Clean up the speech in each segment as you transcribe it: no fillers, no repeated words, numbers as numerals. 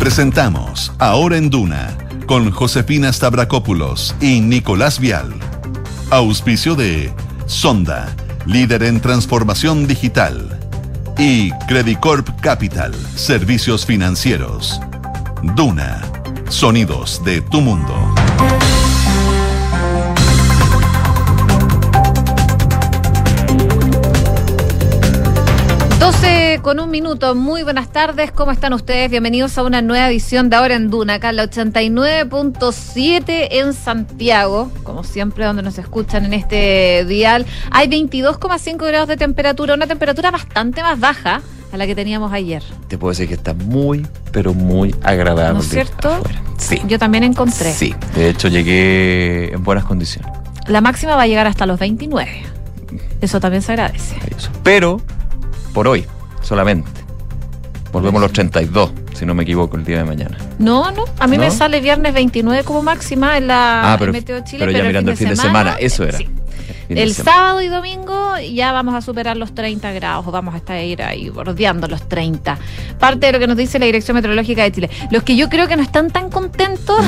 Presentamos Ahora en Duna con Josefina Stavrakopoulos y Nicolás Vial. Auspicio de Sonda, líder en transformación digital. Y Credicorp Capital, servicios financieros. Duna, sonidos de tu mundo. 12:01. Muy buenas tardes, ¿cómo están ustedes? Bienvenidos a una nueva edición de Ahora en Duna, acá en la 89.7 en Santiago, como siempre donde nos escuchan en este dial. Hay 22,5 grados de temperatura, una temperatura bastante más baja a la que teníamos ayer. Te puedo decir que está muy, pero muy agradable. ¿No es cierto? Afuera. Sí. Yo también encontré. Sí, de hecho llegué en buenas condiciones. La máxima va a llegar hasta los 29. Eso también se agradece. Pero, por hoy, solamente. Volvemos a los 32, si no me equivoco, el día de mañana. No, a mí ¿No? me sale viernes 29 como máxima en la Meteo Chile. Pero ya mirando el fin de semana, eso era. Sí. El sábado y domingo ya vamos a superar los 30 grados, o vamos a estar ahí bordeando los 30. Parte de lo que nos dice la Dirección Meteorológica de Chile. Los que yo creo que no están tan contentos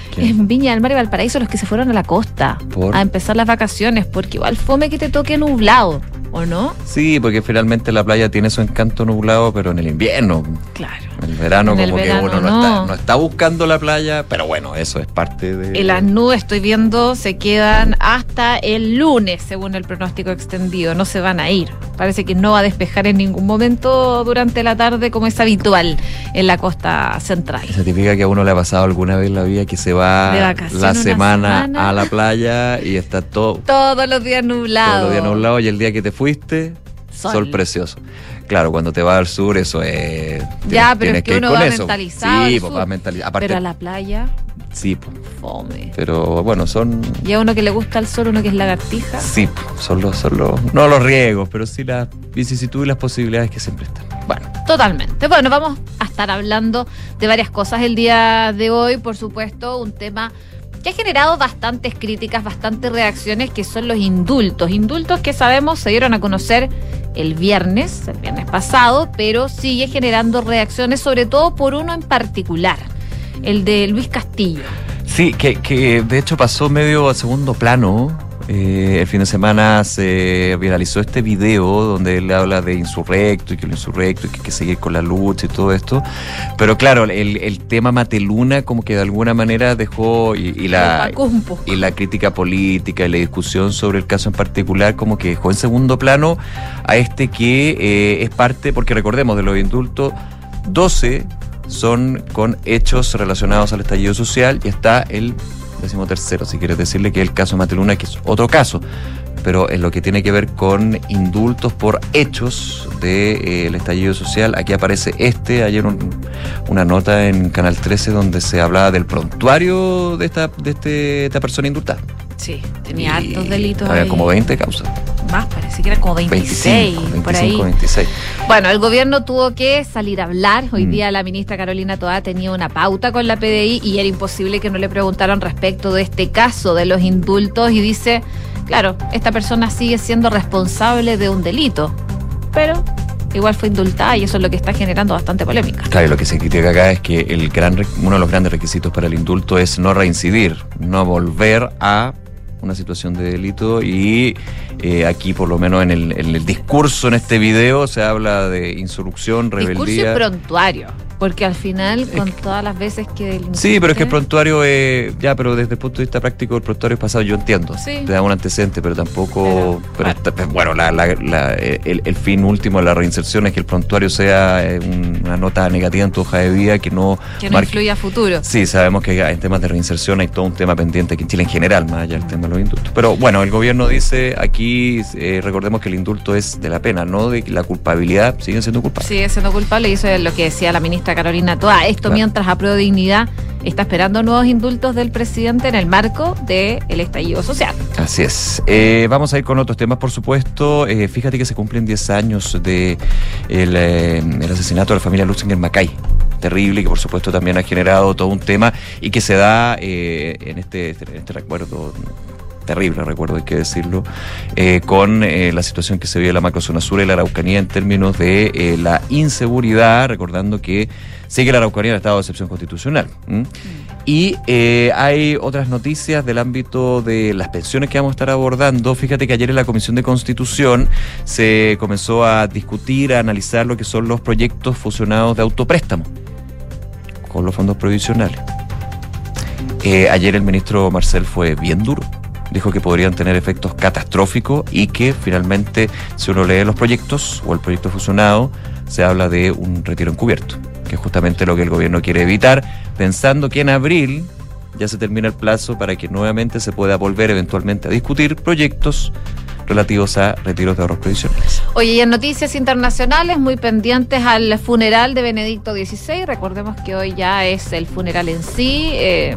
en Viña del Mar y Valparaíso, los que se fueron a la costa a empezar las vacaciones, porque igual fome que te toque nublado, ¿o no? Sí, porque finalmente la playa tiene su encanto nublado, pero en el invierno. Claro. En el verano En el como verano, que uno no está buscando la playa, pero bueno, eso es parte de... Y las nubes, estoy viendo, se quedan hasta el lunes, según el pronóstico extendido. No se van a ir. Parece que no va a despejar en ningún momento durante la tarde, como es habitual en la costa central. ¿Certifica que a uno le ha pasado alguna vez en la vida que se va la semana a la playa y está todos los días nublado? Todos los días nublado, y el día que te fuiste, sol precioso. Claro, cuando te vas al sur, eso es... Ya, pero es que uno va mentalizado. Sí, pues va mentalizado. Aparte, pero a la playa... Sí, pues. Fome. Pero bueno, son... Y a uno que le gusta el sol, uno que es lagartija. Sí, son los no los riesgos, pero sí las vicisitudes y las posibilidades que siempre están. Bueno. Totalmente. Bueno, vamos a estar hablando de varias cosas el día de hoy. Por supuesto, un tema que ha generado bastantes críticas, bastantes reacciones, que son los indultos. Indultos que sabemos se dieron a conocer el viernes pasado, pero sigue generando reacciones, sobre todo por uno en particular, el de Luis Castillo. Sí, que de hecho pasó medio a segundo plano. El fin de semana se viralizó este video donde él habla de insurrecto y que lo insurrecto y que hay que seguir con la lucha y todo esto. Pero claro, el tema Mateluna como que de alguna manera dejó y la crítica política y la discusión sobre el caso en particular como que dejó en segundo plano a este que es parte, porque recordemos, de los indultos, 12 son con hechos relacionados al estallido social y está el 13º, si quieres decirle, que es el caso Mateluna, que es otro caso, pero en lo que tiene que ver con indultos por hechos del estallido social, aquí aparece ayer una nota en Canal 13 donde se hablaba del prontuario de esta persona indultada. Sí, tenía altos delitos. Había como 20 causas. Más, parece que eran como 26, 25, por ahí. 26. Bueno, el gobierno tuvo que salir a hablar. Hoy día la ministra Carolina Toá tenía una pauta con la PDI y era imposible que no le preguntaran respecto de este caso de los indultos, y dice, claro, esta persona sigue siendo responsable de un delito, pero igual fue indultada, y eso es lo que está generando bastante polémica. Claro, y lo que se critica acá es que uno de los grandes requisitos para el indulto es no reincidir, no volver a una situación de delito, y aquí por lo menos en el discurso en este video se habla de insurrección, rebeldía. Discurso y prontuario. Porque al final, con todas las veces que delinquiste... Sí, pero es que el prontuario, pero desde el punto de vista práctico, el prontuario es pasado, yo entiendo. Sí. Te da un antecedente, pero tampoco... Bueno, el fin último de la reinserción es que el prontuario sea una nota negativa en tu hoja de vida que no influya a futuro. Sí, sabemos que en temas de reinserción hay todo un tema pendiente aquí en Chile en general, más allá del tema de los indultos. Pero bueno, el gobierno dice aquí, recordemos que el indulto es de la pena, no de la culpabilidad, siguen siendo culpables. Sigue siendo culpable, y eso es lo que decía la ministra Carolina Toá. Esto mientras Apruebo Dignidad está esperando nuevos indultos del presidente en el marco del estallido social. Así es. Vamos a ir con otros temas, por supuesto. Fíjate que se cumplen 10 años de el asesinato de la familia Lusinger Macay. Terrible, que por supuesto también ha generado todo un tema y que se da en este recuerdo terrible, recuerdo, hay que decirlo, con la situación que se vive en la macrozona sur y la Araucanía en términos de la inseguridad, recordando que sigue la Araucanía en estado de excepción constitucional. Y hay otras noticias del ámbito de las pensiones que vamos a estar abordando. Fíjate que ayer en la Comisión de Constitución se comenzó a discutir, a analizar lo que son los proyectos fusionados de autopréstamo con los fondos provisionales. Ayer el ministro Marcel fue bien duro. Dijo que podrían tener efectos catastróficos y que finalmente, si uno lee los proyectos o el proyecto fusionado, se habla de un retiro encubierto, que es justamente lo que el gobierno quiere evitar, pensando que en abril ya se termina el plazo para que nuevamente se pueda volver eventualmente a discutir proyectos relativos a retiros de ahorros previsionales. Oye, y en noticias internacionales, muy pendientes al funeral de Benedicto XVI. Recordemos que hoy ya es el funeral en sí.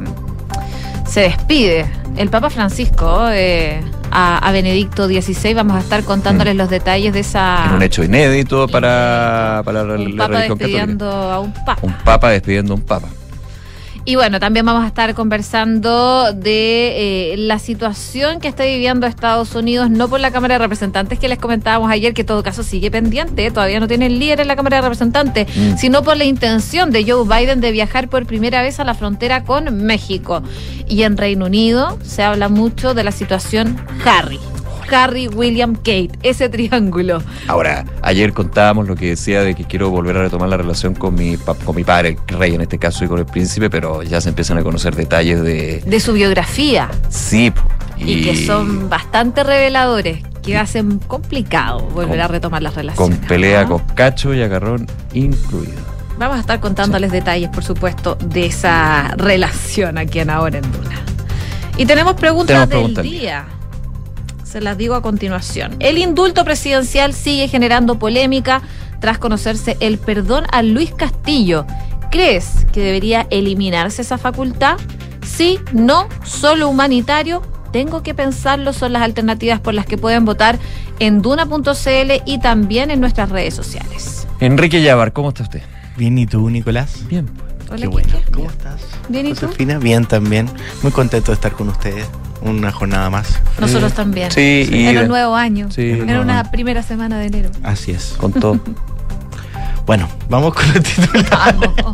Se despide el Papa Francisco a Benedicto XVI. Vamos a estar contándoles los detalles de esa... En un hecho inédito para la religión católica. Un papa despidiendo a un papa. Un papa despidiendo a un papa. Y bueno, también vamos a estar conversando de la situación que está viviendo Estados Unidos, no por la Cámara de Representantes que les comentábamos ayer, que en todo caso sigue pendiente, todavía no tienen líder en la Cámara de Representantes, sino por la intención de Joe Biden de viajar por primera vez a la frontera con México. Y en Reino Unido se habla mucho de la situación Harry, William, Kate, ese triángulo. Ahora, ayer contábamos lo que decía de que quiero volver a retomar la relación con mi padre, el rey en este caso, y con el príncipe, pero ya se empiezan a conocer detalles de su biografía. Sí. Y que son bastante reveladores, que hacen complicado volver a retomar las relaciones. Con pelea, coscacho y agarrón incluido. Vamos a estar contándoles detalles, por supuesto, de esa relación aquí en Ahora en Duna. Y tenemos preguntas del día. Se las digo a continuación. El indulto presidencial sigue generando polémica tras conocerse el perdón a Luis Castillo. ¿Crees que debería eliminarse esa facultad? Sí, no, solo humanitario. Tengo que pensarlo, son las alternativas por las que pueden votar en duna.cl y también en nuestras redes sociales. Enrique Llávar, ¿cómo está usted? Bien, ¿y tú, Nicolás? Bien. Hola, qué bueno. Quique. ¿Cómo estás? Bien, ¿y tú? Josefina, bien también. Muy contento de estar con ustedes. Una jornada más. Nosotros también. Sí, en el nuevo año. Sí, en una primera semana de enero. Así es. Con todo. Bueno, vamos con los titulares. Vamos.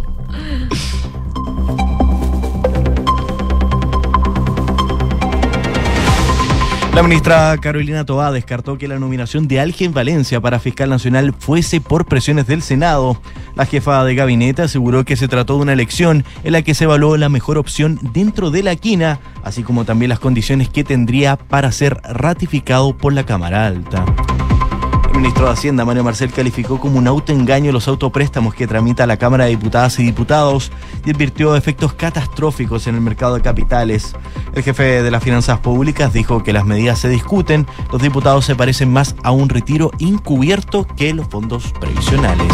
La ministra Carolina Toá descartó que la nominación de Algen Valencia para fiscal nacional fuese por presiones del Senado. La jefa de gabinete aseguró que se trató de una elección en la que se evaluó la mejor opción dentro de la quina, así como también las condiciones que tendría para ser ratificado por la Cámara Alta. El ministro de Hacienda, Mario Marcel, calificó como un autoengaño los autopréstamos que tramita la Cámara de Diputadas y Diputados y advirtió efectos catastróficos en el mercado de capitales. El jefe de las finanzas públicas dijo que las medidas se discuten, los diputados se parecen más a un retiro encubierto que los fondos previsionales.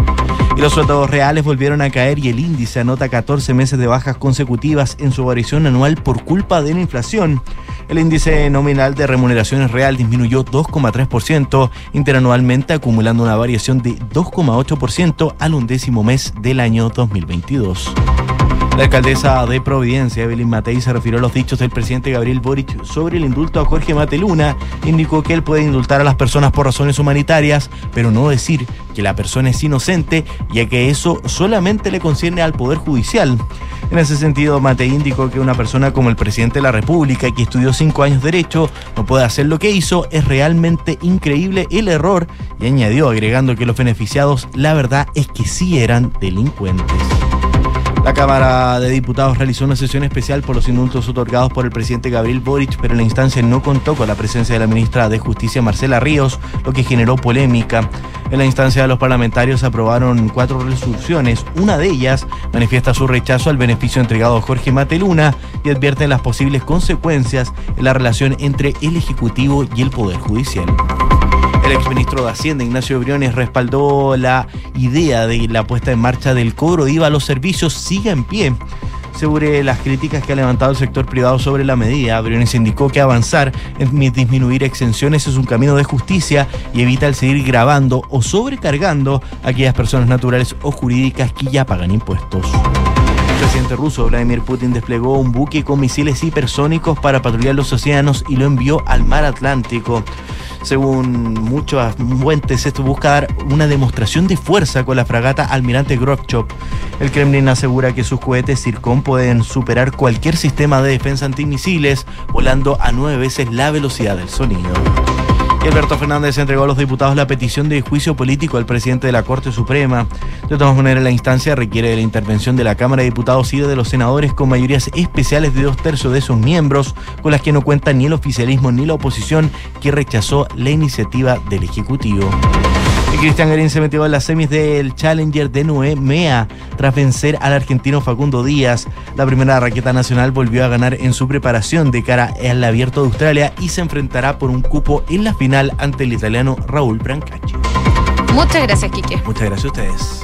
Y los sueldos reales volvieron a caer y el índice anota 14 meses de bajas consecutivas en su variación anual por culpa de la inflación. El índice nominal de remuneraciones real disminuyó 2,3% interanualmente, acumulando una variación de 2,8% al 11º mes del año 2022. La alcaldesa de Providencia, Evelyn Matei, se refirió a los dichos del presidente Gabriel Boric sobre el indulto a Jorge Mateluna. Indicó que él puede indultar a las personas por razones humanitarias, pero no decir que la persona es inocente, ya que eso solamente le concierne al Poder Judicial. En ese sentido, Matei indicó que una persona como el presidente de la República, que estudió 5 años Derecho, no puede hacer lo que hizo. Es realmente increíble el error, y añadió, agregando que los beneficiados, la verdad es que sí eran delincuentes. La Cámara de Diputados realizó una sesión especial por los indultos otorgados por el presidente Gabriel Boric, pero la instancia no contó con la presencia de la ministra de Justicia, Marcela Ríos, lo que generó polémica. En la instancia, los parlamentarios aprobaron 4 resoluciones. Una de ellas manifiesta su rechazo al beneficio entregado a Jorge Mateluna y advierte las posibles consecuencias en la relación entre el Ejecutivo y el Poder Judicial. El exministro de Hacienda, Ignacio Briones, respaldó la idea de la puesta en marcha del cobro de IVA a los servicios siga en pie. Sobre las críticas que ha levantado el sector privado sobre la medida, Briones indicó que avanzar en disminuir exenciones es un camino de justicia y evita el seguir gravando o sobrecargando a aquellas personas naturales o jurídicas que ya pagan impuestos. presidente ruso Vladimir Putin desplegó un buque con misiles hipersónicos para patrullar los océanos y lo envió al mar Atlántico. Según muchas fuentes, esto busca dar una demostración de fuerza con la fragata Almirante Gorbachev. El Kremlin asegura que sus cohetes Zircon pueden superar cualquier sistema de defensa antimisiles, volando a 9 veces la velocidad del sonido. Y Alberto Fernández entregó a los diputados la petición de juicio político al presidente de la Corte Suprema. De todas maneras, la instancia requiere de la intervención de la Cámara de Diputados y de los senadores con mayorías especiales de 2/3 de sus miembros, con las que no cuentan ni el oficialismo ni la oposición, que rechazó la iniciativa del Ejecutivo. Y Cristian Garín se metió en las semis del Challenger de Noemea tras vencer al argentino Facundo Díaz. La primera raqueta nacional volvió a ganar en su preparación de cara al Abierto de Australia y se enfrentará por un cupo en la final ante el italiano Raúl Brancacci. Muchas gracias, Quique. Muchas gracias a ustedes.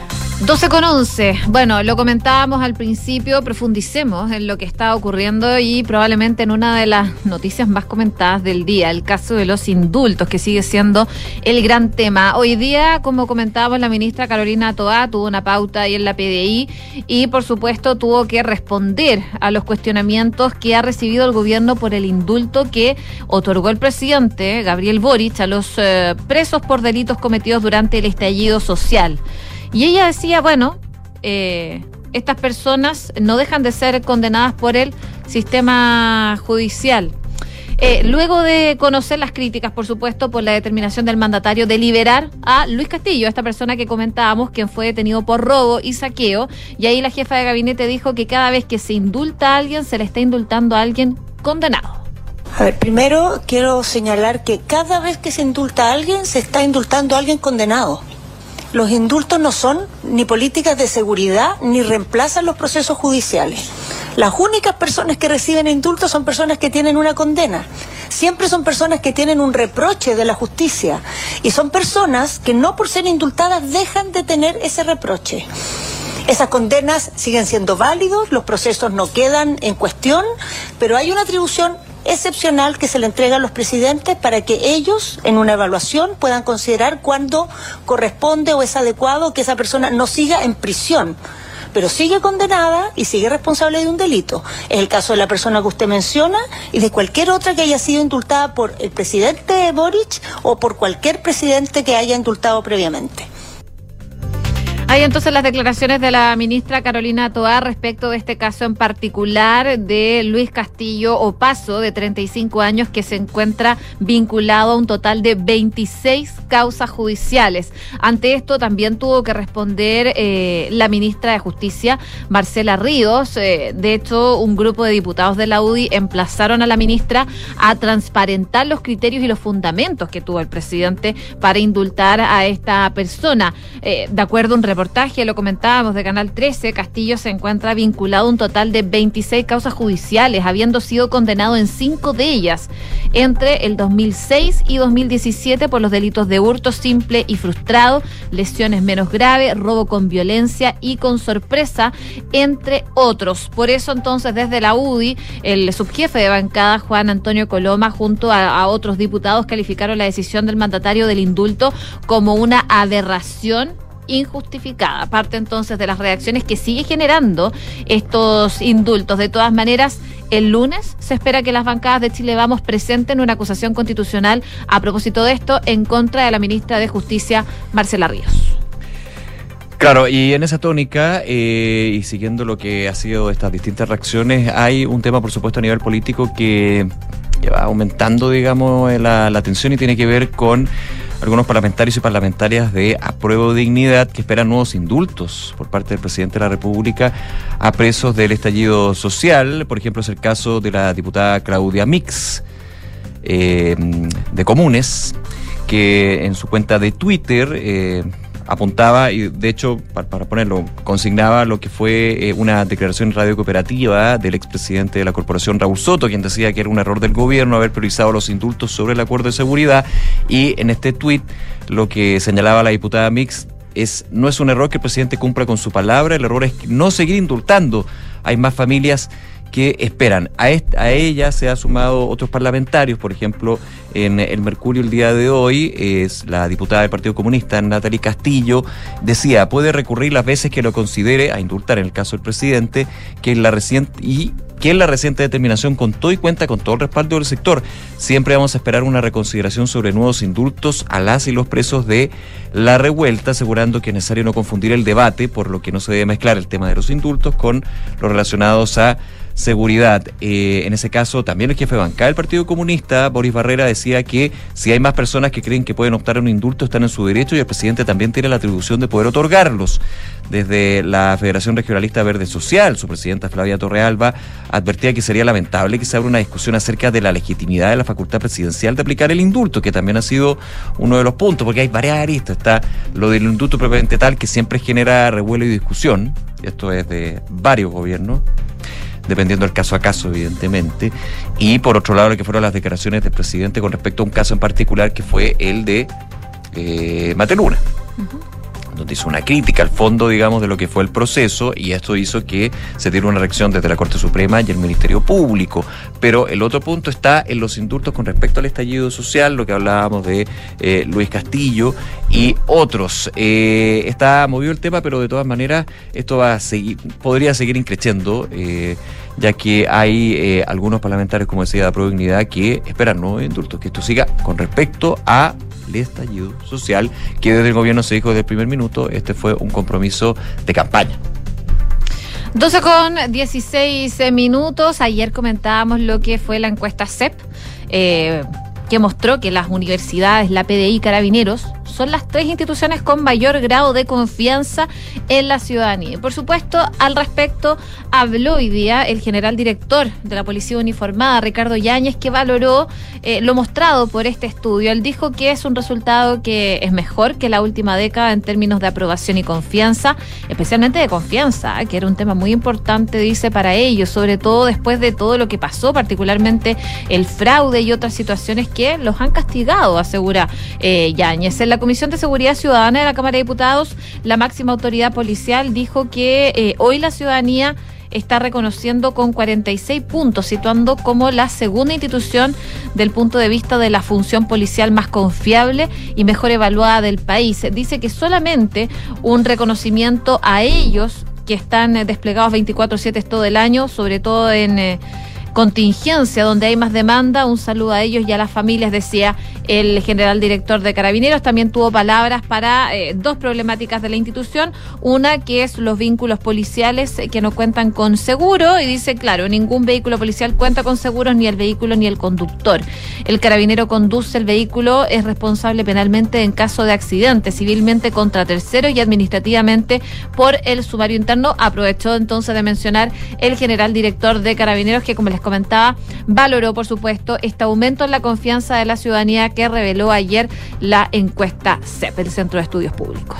12:11. Bueno, lo comentábamos al principio, profundicemos en lo que está ocurriendo y probablemente en una de las noticias más comentadas del día, el caso de los indultos, que sigue siendo el gran tema. Hoy día, como comentábamos, la ministra Carolina Toá tuvo una pauta ahí en la PDI y, por supuesto, tuvo que responder a los cuestionamientos que ha recibido el gobierno por el indulto que otorgó el presidente Gabriel Boric a los presos por delitos cometidos durante el estallido social. Y ella decía, bueno, estas personas no dejan de ser condenadas por el sistema judicial. Luego de conocer las críticas, por supuesto, por la determinación del mandatario de liberar a Luis Castillo, esta persona que comentábamos, quien fue detenido por robo y saqueo, y ahí la jefa de gabinete dijo que cada vez que se indulta a alguien, se le está indultando a alguien condenado. A ver, primero quiero señalar que cada vez que se indulta a alguien, se está indultando a alguien condenado. Los indultos no son ni políticas de seguridad ni reemplazan los procesos judiciales. Las únicas personas que reciben indultos son personas que tienen una condena. Siempre son personas que tienen un reproche de la justicia. Y son personas que no por ser indultadas dejan de tener ese reproche. Esas condenas siguen siendo válidos, los procesos no quedan en cuestión, pero hay una atribución excepcional que se le entrega a los presidentes para que ellos, en una evaluación, puedan considerar cuándo corresponde o es adecuado que esa persona no siga en prisión, pero sigue condenada y sigue responsable de un delito. Es el caso de la persona que usted menciona y de cualquier otra que haya sido indultada por el presidente Boric o por cualquier presidente que haya indultado previamente. Hay entonces las declaraciones de la ministra Carolina Toá respecto de este caso en particular de Luis Castillo Opaso, de 35 años, que se encuentra vinculado a un total de 26 causas judiciales. Ante esto también tuvo que responder la ministra de Justicia, Marcela Ríos. De hecho, un grupo de diputados de la UDI emplazaron a la ministra a transparentar los criterios y los fundamentos que tuvo el presidente para indultar a esta persona. De acuerdo a un reportaje, lo comentábamos, de Canal 13, Castillo se encuentra vinculado a un total de 26 causas judiciales, habiendo sido condenado en 5 de ellas entre el 2006 y 2017 por los delitos de hurto simple y frustrado, lesiones menos graves, robo con violencia y con sorpresa, entre otros. Por eso entonces desde la UDI, el subjefe de bancada, Juan Antonio Coloma, junto a otros diputados, calificaron la decisión del mandatario del indulto como una aberración injustificada. Parte entonces de las reacciones que sigue generando estos indultos. De todas maneras, el lunes se espera que las bancadas de Chile Vamos presenten una acusación constitucional a propósito de esto en contra de la ministra de Justicia, Marcela Ríos. Claro, y en esa tónica, y siguiendo lo que ha sido estas distintas reacciones, hay un tema, por supuesto, a nivel político que va aumentando, digamos, la tensión, y tiene que ver con algunos parlamentarios y parlamentarias de Apruebo Dignidad que esperan nuevos indultos por parte del presidente de la República a presos del estallido social. Por ejemplo, es el caso de la diputada Claudia Mix, de Comunes, que en su cuenta de Twitter apuntaba, y de hecho, para ponerlo, consignaba lo que fue una declaración en Radio Cooperativa del expresidente de la corporación, Raúl Soto, quien decía que era un error del gobierno haber priorizado los indultos sobre el acuerdo de seguridad. Y en este tuit lo que señalaba la diputada Mix no es un error que el presidente cumpla con su palabra, el error es no seguir indultando. Hay más familias que esperan. A ella se ha sumado otros parlamentarios, por ejemplo, en el Mercurio el día de hoy, es la diputada del Partido Comunista, Natalie Castillo, decía, puede recurrir las veces que lo considere a indultar en el caso del presidente, que en la reciente determinación contó y cuenta con todo el respaldo del sector. Siempre vamos a esperar una reconsideración sobre nuevos indultos a las y los presos de la revuelta, asegurando que es necesario no confundir el debate, por lo que no se debe mezclar el tema de los indultos con los relacionados a seguridad. En ese caso, también el jefe de bancada del Partido Comunista, Boris Barrera, decía que si hay más personas que creen que pueden optar a un indulto, están en su derecho y el presidente también tiene la atribución de poder otorgarlos. Desde la Federación Regionalista Verde Social, su presidenta Flavia Torrealba advertía que sería lamentable que se abra una discusión acerca de la legitimidad de la facultad presidencial de aplicar el indulto, que también ha sido uno de los puntos, porque hay varias aristas. Está lo del indulto propiamente tal, que siempre genera revuelo y discusión, y esto es de varios gobiernos, dependiendo del caso a caso, evidentemente. Y por otro lado, lo que fueron las declaraciones del presidente con respecto a un caso en particular, que fue el de Mateluna, donde hizo una crítica al fondo, digamos, de lo que fue el proceso, y esto hizo que se diera una reacción desde la Corte Suprema y el Ministerio Público. Pero el otro punto está en los indultos con respecto al estallido social, lo que hablábamos de Luis Castillo y otros. Está movido el tema, pero de todas maneras esto va a seguir, podría seguir increciendo, ya que hay algunos parlamentarios, como decía, de Apruebo Dignidad, que esperan nuevos indultos, que esto siga con respecto a el estallido social, que desde el gobierno se dijo desde el primer minuto, este fue un compromiso de campaña. 12:16. Ayer comentábamos lo que fue la encuesta CEP, que mostró que las universidades, la PDI y Carabineros son las 3 instituciones con mayor grado de confianza en la ciudadanía. Y por supuesto, al respecto, habló hoy día el general director de la Policía Uniformada, Ricardo Yáñez, que valoró lo mostrado por este estudio. Él dijo que es un resultado que es mejor que la última década en términos de aprobación y confianza, especialmente de confianza, que era un tema muy importante, dice, para ellos, sobre todo después de todo lo que pasó, particularmente el fraude y otras situaciones que los han castigado, asegura Yáñez. En la Comisión de Seguridad Ciudadana de la Cámara de Diputados, la máxima autoridad policial dijo que hoy la ciudadanía está reconociendo con 46 puntos, situando como la segunda institución del punto de vista de la función policial más confiable y mejor evaluada del país. Dice que solamente un reconocimiento a ellos, que están desplegados 24/7 todo el año, sobre todo en contingencia, donde hay más demanda. Un saludo a ellos y a las familias, decía el general director de Carabineros. También tuvo palabras para 2 problemáticas de la institución. Una, que es los vínculos policiales que no cuentan con seguro, y dice, claro, ningún vehículo policial cuenta con seguros, ni el vehículo ni el conductor. El carabinero conduce el vehículo, es responsable penalmente en caso de accidente, civilmente contra terceros y administrativamente por el sumario interno. Aprovechó entonces de mencionar el general director de Carabineros, que, como les comentaba, valoró, por supuesto, este aumento en la confianza de la ciudadanía que reveló ayer la encuesta CEP, el Centro de Estudios Públicos.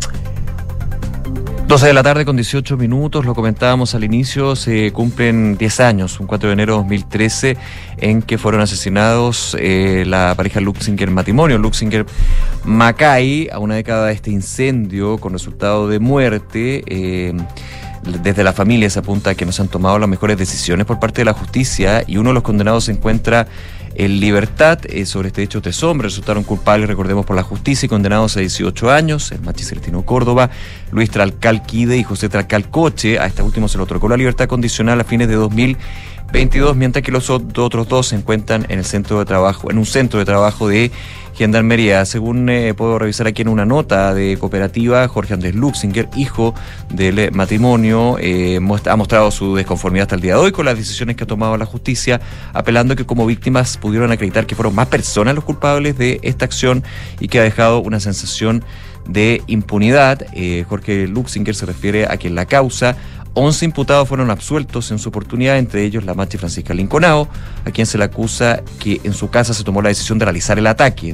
12 de la tarde con 18 minutos, lo comentábamos al inicio, se cumplen 10 años, un 4 de enero de 2013, en que fueron asesinados la pareja Luxinger-Matrimonio, Luxinger-Macay, a una década de este incendio con resultado de muerte. Desde la familia se apunta a que no se han tomado las mejores decisiones por parte de la justicia, y uno de los condenados se encuentra en libertad. Sobre este hecho, 3 hombres resultaron culpables, recordemos, por la justicia, y condenados a 18 años, el Machi Celestino Córdoba, Luis Tralcal Quide y José Tralcal Coche. A este último se le otorgó la libertad condicional a fines de 2022, mientras que los otros 2 se encuentran en un centro de trabajo de Gendarmería. Según puedo revisar aquí en una nota de Cooperativa, Jorge Andrés Luxinger, hijo del matrimonio, ha mostrado su desconformidad hasta el día de hoy con las decisiones que ha tomado la justicia, apelando que como víctimas pudieron acreditar que fueron más personas los culpables de esta acción y que ha dejado una sensación de impunidad. Jorge Luxinger se refiere a que en la causa 11 imputados fueron absueltos en su oportunidad, entre ellos la Machi Francisca Linconao, a quien se le acusa que en su casa se tomó la decisión de realizar el ataque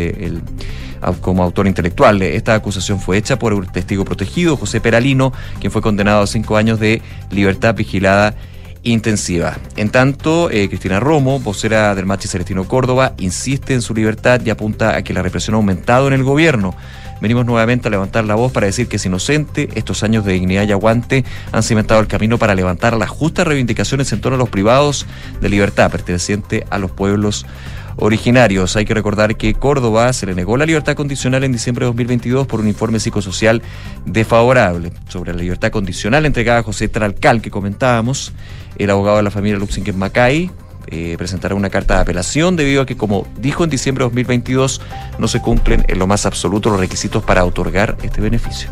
como autor intelectual. Esta acusación fue hecha por un testigo protegido, José Peralino, quien fue condenado a 5 años de libertad vigilada intensiva. En tanto, Cristina Romo, vocera del Machi Celestino Córdoba, insiste en su libertad y apunta a que la represión ha aumentado en el gobierno. venimos nuevamente a levantar la voz para decir que es inocente. Estos años de dignidad y aguante han cimentado el camino para levantar las justas reivindicaciones en torno a los privados de libertad perteneciente a los pueblos originarios. Hay que recordar que Córdoba se le negó la libertad condicional en diciembre de 2022 por un informe psicosocial desfavorable. Sobre la libertad condicional entregada a José Tralcal, que comentábamos, el abogado de la familia Luxingen Macay presentará una carta de apelación debido a que, como dijo en diciembre de 2022, no se cumplen en lo más absoluto los requisitos para otorgar este beneficio.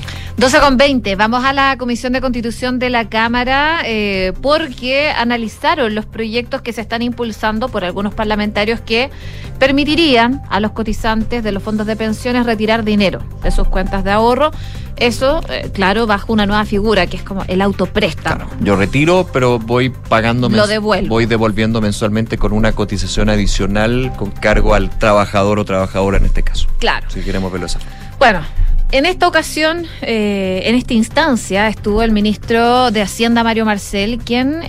12:20, vamos a la Comisión de Constitución de la Cámara porque analizaron los proyectos que se están impulsando por algunos parlamentarios que permitirían a los cotizantes de los fondos de pensiones retirar dinero de sus cuentas de ahorro. Eso, claro, bajo una nueva figura que es como el autopréstamo. Claro, yo retiro, pero voy pagando, voy devolviendo mensualmente con una cotización adicional con cargo al trabajador o trabajadora en este caso. Claro. Si queremos verlo esa forma. Bueno, en esta ocasión, en esta instancia, estuvo el ministro de Hacienda, Mario Marcel, quien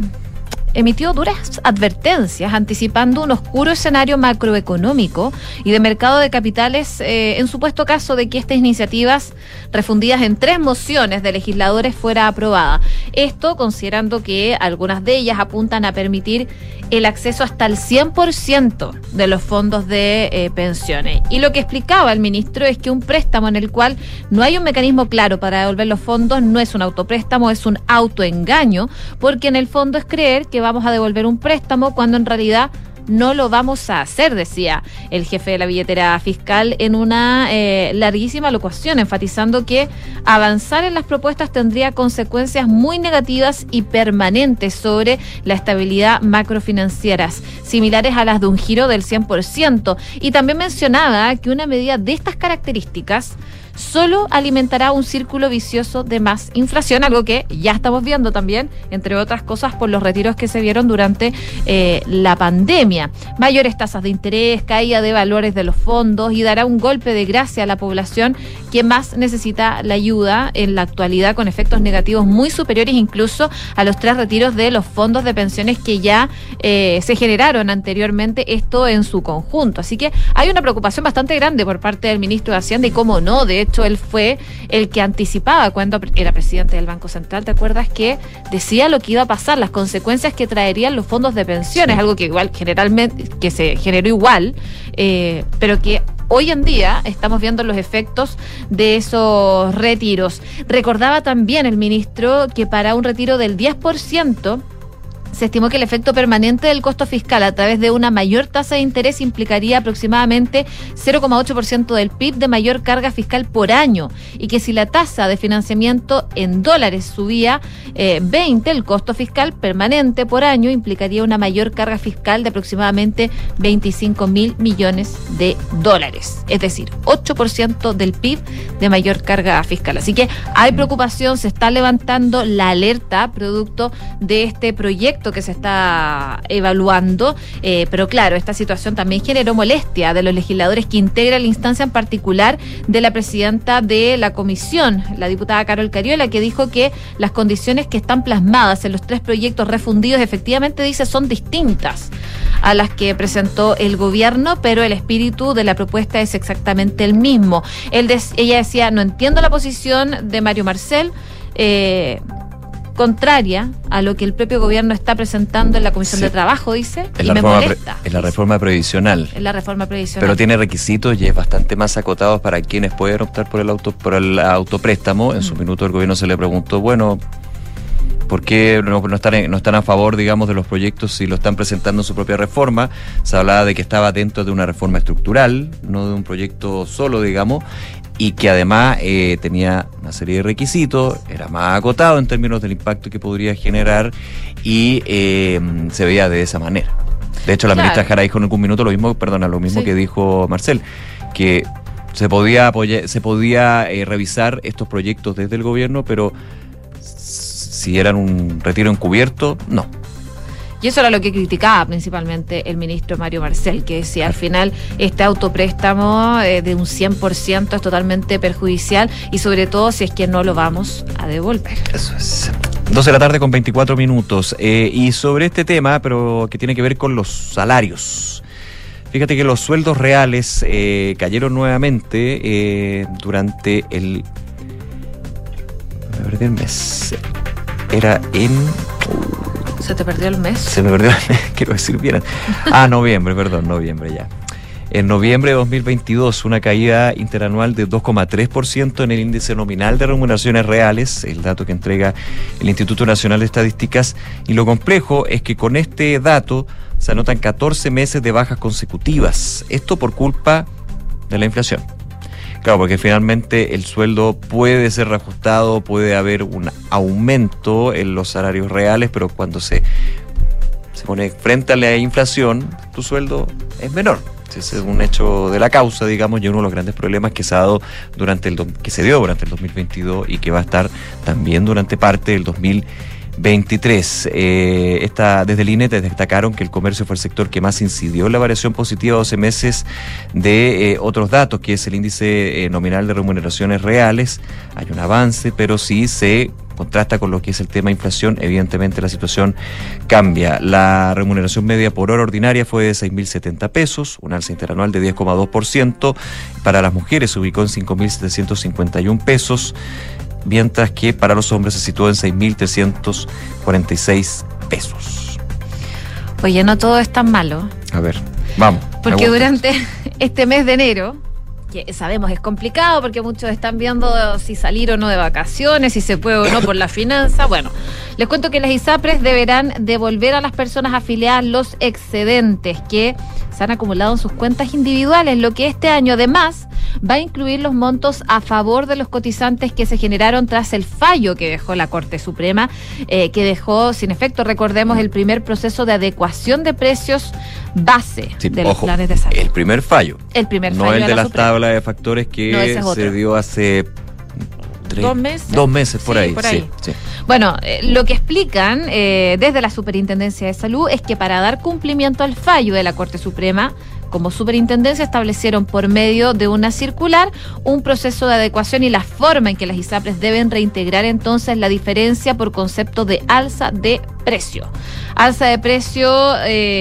emitió duras advertencias anticipando un oscuro escenario macroeconómico y de mercado de capitales en supuesto caso de que estas iniciativas, refundidas en 3 mociones de legisladores, fuera aprobada. Esto considerando que algunas de ellas apuntan a permitir el acceso hasta el 100% de los fondos de pensiones. Y lo que explicaba el ministro es que un préstamo en el cual no hay un mecanismo claro para devolver los fondos no es un autopréstamo, es un autoengaño, porque en el fondo es creer que vamos a devolver un préstamo cuando en realidad no lo vamos a hacer, decía el jefe de la billetera fiscal en una larguísima locución, enfatizando que avanzar en las propuestas tendría consecuencias muy negativas y permanentes sobre la estabilidad macrofinanciera, similares a las de un giro del 100%. Y también mencionaba que una medida de estas características solo alimentará un círculo vicioso de más inflación, algo que ya estamos viendo también, entre otras cosas, por los retiros que se vieron durante la pandemia. Mayores tasas de interés, caída de valores de los fondos y dará un golpe de gracia a la población que más necesita la ayuda en la actualidad, con efectos negativos muy superiores incluso a los 3 retiros de los fondos de pensiones que ya se generaron anteriormente, esto en su conjunto. Así que hay una preocupación bastante grande por parte del ministro de Hacienda y cómo no, de hecho él fue el que anticipaba cuando era presidente del Banco Central, ¿te acuerdas? Que decía lo que iba a pasar, las consecuencias que traerían los fondos de pensiones, sí. Algo que igual generalmente, que se generó igual, pero que hoy en día estamos viendo los efectos de esos retiros. Recordaba también el ministro que para un retiro del 10%, se estimó que el efecto permanente del costo fiscal a través de una mayor tasa de interés implicaría aproximadamente 0,8% del PIB de mayor carga fiscal por año, y que si la tasa de financiamiento en dólares subía 20, el costo fiscal permanente por año implicaría una mayor carga fiscal de aproximadamente 25.000 millones de dólares, es decir, 8% del PIB de mayor carga fiscal. Así que hay preocupación, se está levantando la alerta producto de este proyecto que se está evaluando, pero claro, esta situación también generó molestia de los legisladores que integran la instancia, en particular de la presidenta de la comisión, la diputada Carol Cariola, que dijo que las condiciones que están plasmadas en los 3 proyectos refundidos efectivamente, dice, son distintas a las que presentó el gobierno, pero el espíritu de la propuesta es exactamente el mismo. Ella decía, no entiendo la posición de Mario Marcel, contraria a lo que el propio gobierno está presentando en la Comisión de Trabajo, dice, y me molesta. Es la reforma previsional. Es la reforma previsional. Pero tiene requisitos y es bastante más acotados para quienes pueden optar por el autopréstamo. En su minuto el gobierno se le preguntó, bueno, ¿por qué no están a favor, digamos, de los proyectos si lo están presentando en su propia reforma? Se hablaba de que estaba dentro de una reforma estructural, no de un proyecto solo, digamos, y que además tenía una serie de requisitos, era más acotado en términos del impacto que podría generar y se veía de esa manera. De hecho, la ministra Jara dijo en algún minuto lo mismo sí, que dijo Marcel, que se podía revisar estos proyectos desde el gobierno, pero si eran un retiro encubierto, no. Y eso era lo que criticaba principalmente el ministro Mario Marcel, que decía al final este autopréstamo de un 100% es totalmente perjudicial y sobre todo si es que no lo vamos a devolver. Eso es. 12 de la tarde con 24 minutos. Y sobre este tema, pero que tiene que ver con los salarios. Fíjate que los sueldos reales cayeron nuevamente durante el... Me perdí el mes. Era en... ¿Se te perdió el mes? Se me perdió el mes, quiero decir bien. Noviembre ya. En noviembre de 2022, una caída interanual de 2,3% en el índice nominal de remuneraciones reales, el dato que entrega el Instituto Nacional de Estadísticas, y lo complejo es que con este dato se anotan 14 meses de bajas consecutivas, esto por culpa de la inflación. Claro, porque finalmente el sueldo puede ser reajustado, puede haber un aumento en los salarios reales, pero cuando se pone frente a la inflación, tu sueldo es menor. Ese es un hecho de la causa, digamos, y uno de los grandes problemas que se ha dado que se dio durante el 2022 y que va a estar también durante parte del 2023. Desde el INE destacaron que el comercio fue el sector que más incidió en la variación positiva 12 meses de otros datos, que es el índice nominal de remuneraciones reales. Hay un avance, pero sí se contrasta con lo que es el tema inflación. Evidentemente la situación cambia. La remuneración media por hora ordinaria fue de 6.070 pesos, un alza interanual de 10,2%. Para las mujeres se ubicó en 5.751 pesos, mientras que para los hombres se situó en 6.346 pesos. Oye, no todo es tan malo. A ver, vamos. Porque durante este mes de enero, que sabemos es complicado porque muchos están viendo si salir o no de vacaciones, si se puede o no por la finanza. Bueno, les cuento que las ISAPRES deberán devolver a las personas afiliadas los excedentes que se han acumulado en sus cuentas individuales, lo que este año además va a incluir los montos a favor de los cotizantes que se generaron tras el fallo que dejó la Corte Suprema, que dejó sin efecto, recordemos, el primer proceso de adecuación de precios base de los planes de salud. El primer fallo. No el de las tablas de factores que se dio hace 2 meses. 2 meses por ahí. Sí. Bueno, lo que explican desde la Superintendencia de Salud es que para dar cumplimiento al fallo de la Corte Suprema, como superintendencia establecieron por medio de una circular un proceso de adecuación y la forma en que las ISAPRES deben reintegrar entonces la diferencia por concepto de alza de precio. Alza de precio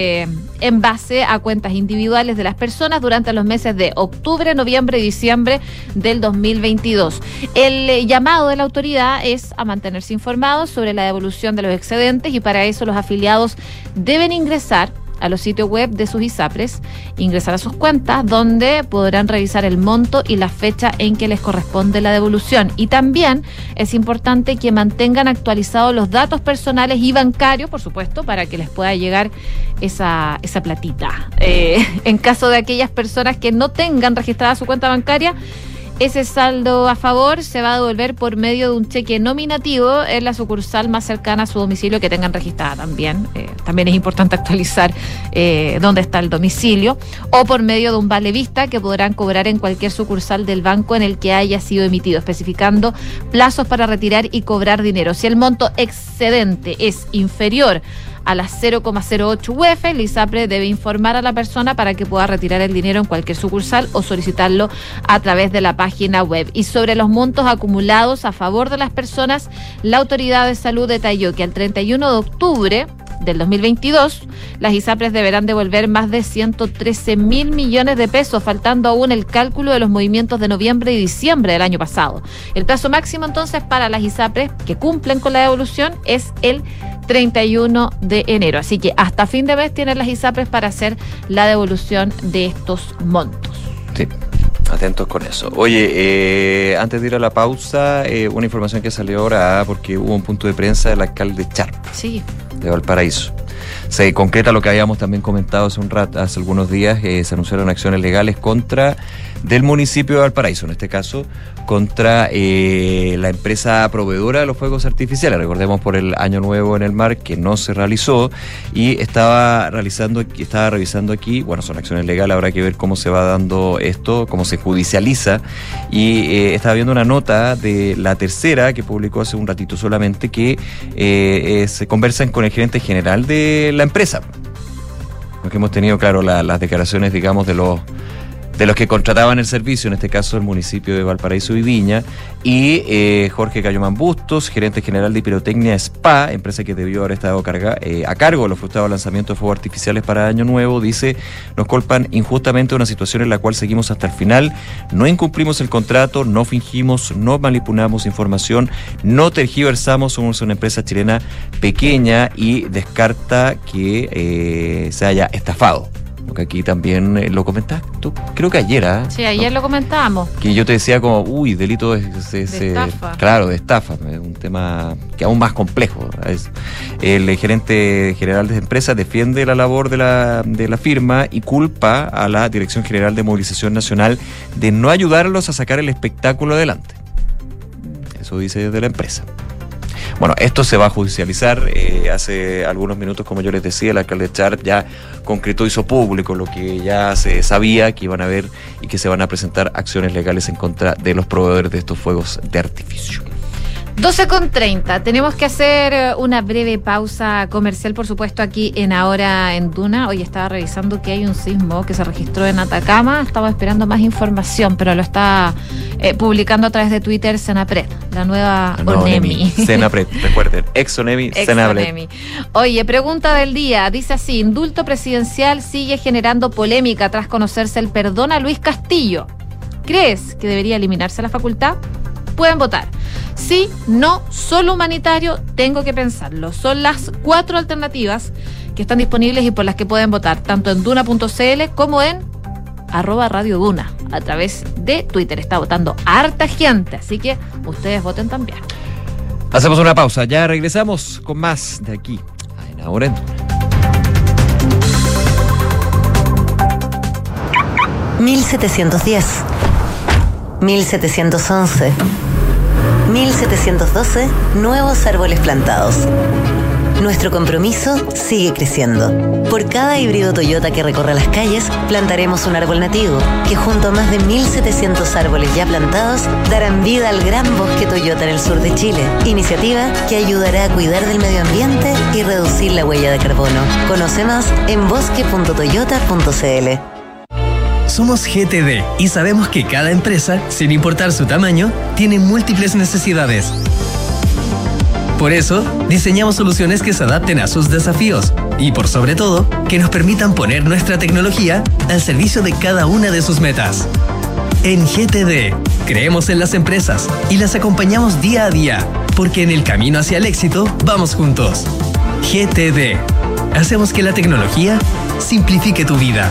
en base a cuentas individuales de las personas durante los meses de octubre, noviembre y diciembre del 2022. El llamado de la autoridad es a mantenerse informados sobre la devolución de los excedentes y para eso los afiliados deben ingresar a los sitios web de sus ISAPRES, ingresar a sus cuentas, donde podrán revisar el monto y la fecha en que les corresponde la devolución. Y también es importante que mantengan actualizados los datos personales y bancarios, por supuesto, para que les pueda llegar esa platita. En caso de aquellas personas que no tengan registrada su cuenta bancaria, ese saldo a favor se va a devolver por medio de un cheque nominativo en la sucursal más cercana a su domicilio que tengan registrada también. También es importante actualizar dónde está el domicilio, o por medio de un vale vista que podrán cobrar en cualquier sucursal del banco en el que haya sido emitido, especificando plazos para retirar y cobrar dinero. Si el monto excedente es inferior a las 0,08 UF, el ISAPRE debe informar a la persona para que pueda retirar el dinero en cualquier sucursal o solicitarlo a través de la página web. Y sobre los montos acumulados a favor de las personas, la Autoridad de Salud detalló que al 31 de octubre del 2022, las ISAPRES deberán devolver más de 113.000 millones de pesos, faltando aún el cálculo de los movimientos de noviembre y diciembre del año pasado. El plazo máximo entonces para las ISAPRES que cumplen con la devolución es el 31 de enero. Así que hasta fin de mes tienen las ISAPRES para hacer la devolución de estos montos. Sí, atentos con eso. Oye, antes de ir a la pausa, una información que salió ahora, porque hubo un punto de prensa del alcalde Charp, sí, de Valparaíso. Se concreta lo que habíamos también comentado hace algunos días. Se anunciaron acciones legales del municipio de Valparaíso, en este caso contra la empresa proveedora de los fuegos artificiales. Recordemos por el Año Nuevo en el Mar, que no se realizó, y estaba revisando aquí, bueno, son acciones legales, habrá que ver cómo se va dando esto, cómo se judicializa, y estaba viendo una nota de La Tercera que publicó hace un ratito solamente, que se conversan con el gerente general de la empresa, porque hemos tenido, claro, las declaraciones, digamos, de de los que contrataban el servicio, en este caso el municipio de Valparaíso y Viña, y Jorge Cayomán Bustos, gerente general de Pirotecnia Spa, empresa que debió haber estado a cargo de los frustrados lanzamientos de fuegos artificiales para Año Nuevo, dice: nos culpan injustamente una situación en la cual seguimos hasta el final, no incumplimos el contrato, no fingimos, no manipulamos información, no tergiversamos, somos una empresa chilena pequeña, y descarta que se haya estafado. Porque aquí también lo comentaste tú, creo que ayer, ¿eh? Sí, ayer lo comentábamos. Que yo te decía como, delito de estafa. Claro, de estafa, es un tema que aún más complejo. El gerente general de esta empresa defiende la labor de la firma y culpa a la Dirección General de Movilización Nacional de no ayudarlos a sacar el espectáculo adelante. Eso dice desde la empresa. Bueno, esto se va a judicializar. Hace algunos minutos, como yo les decía, el alcalde Char ya concretó, hizo público lo que ya se sabía, que iban a haber y que se van a presentar acciones legales en contra de los proveedores de estos fuegos de artificio. 12:30. Tenemos que hacer una breve pausa comercial, por supuesto, aquí en Ahora en Duna. Hoy estaba revisando que hay un sismo que se registró en Atacama. Estaba esperando más información, pero lo está publicando a través de Twitter Senapred, la nueva ONEMI. Senapred, recuerden, ex-ONEMI, Senapred. Oye, pregunta del día. Dice así: indulto presidencial sigue generando polémica tras conocerse el perdón a Luis Castillo. ¿Crees que debería eliminarse la facultad? Pueden votar. Sí, no, solo humanitario, tengo que pensarlo. Son las 4 alternativas que están disponibles y por las que pueden votar, tanto en duna.cl como en @radioduna, a través de Twitter. Está votando harta gente, así que ustedes voten también. Hacemos una pausa, ya regresamos con más de aquí en Ahora en Duna. 1710, 1711, 1712, nuevos árboles plantados. Nuestro compromiso sigue creciendo. Por cada híbrido Toyota que recorra las calles, plantaremos un árbol nativo, que junto a más de 1.700 árboles ya plantados, darán vida al gran bosque Toyota en el sur de Chile. Iniciativa que ayudará a cuidar del medio ambiente y reducir la huella de carbono. Conoce más en bosque.toyota.cl. Somos GTD y sabemos que cada empresa, sin importar su tamaño, tiene múltiples necesidades. Por eso, diseñamos soluciones que se adapten a sus desafíos y, por sobre todo, que nos permitan poner nuestra tecnología al servicio de cada una de sus metas. En GTD, creemos en las empresas y las acompañamos día a día, porque en el camino hacia el éxito vamos juntos. GTD. Hacemos que la tecnología simplifique tu vida.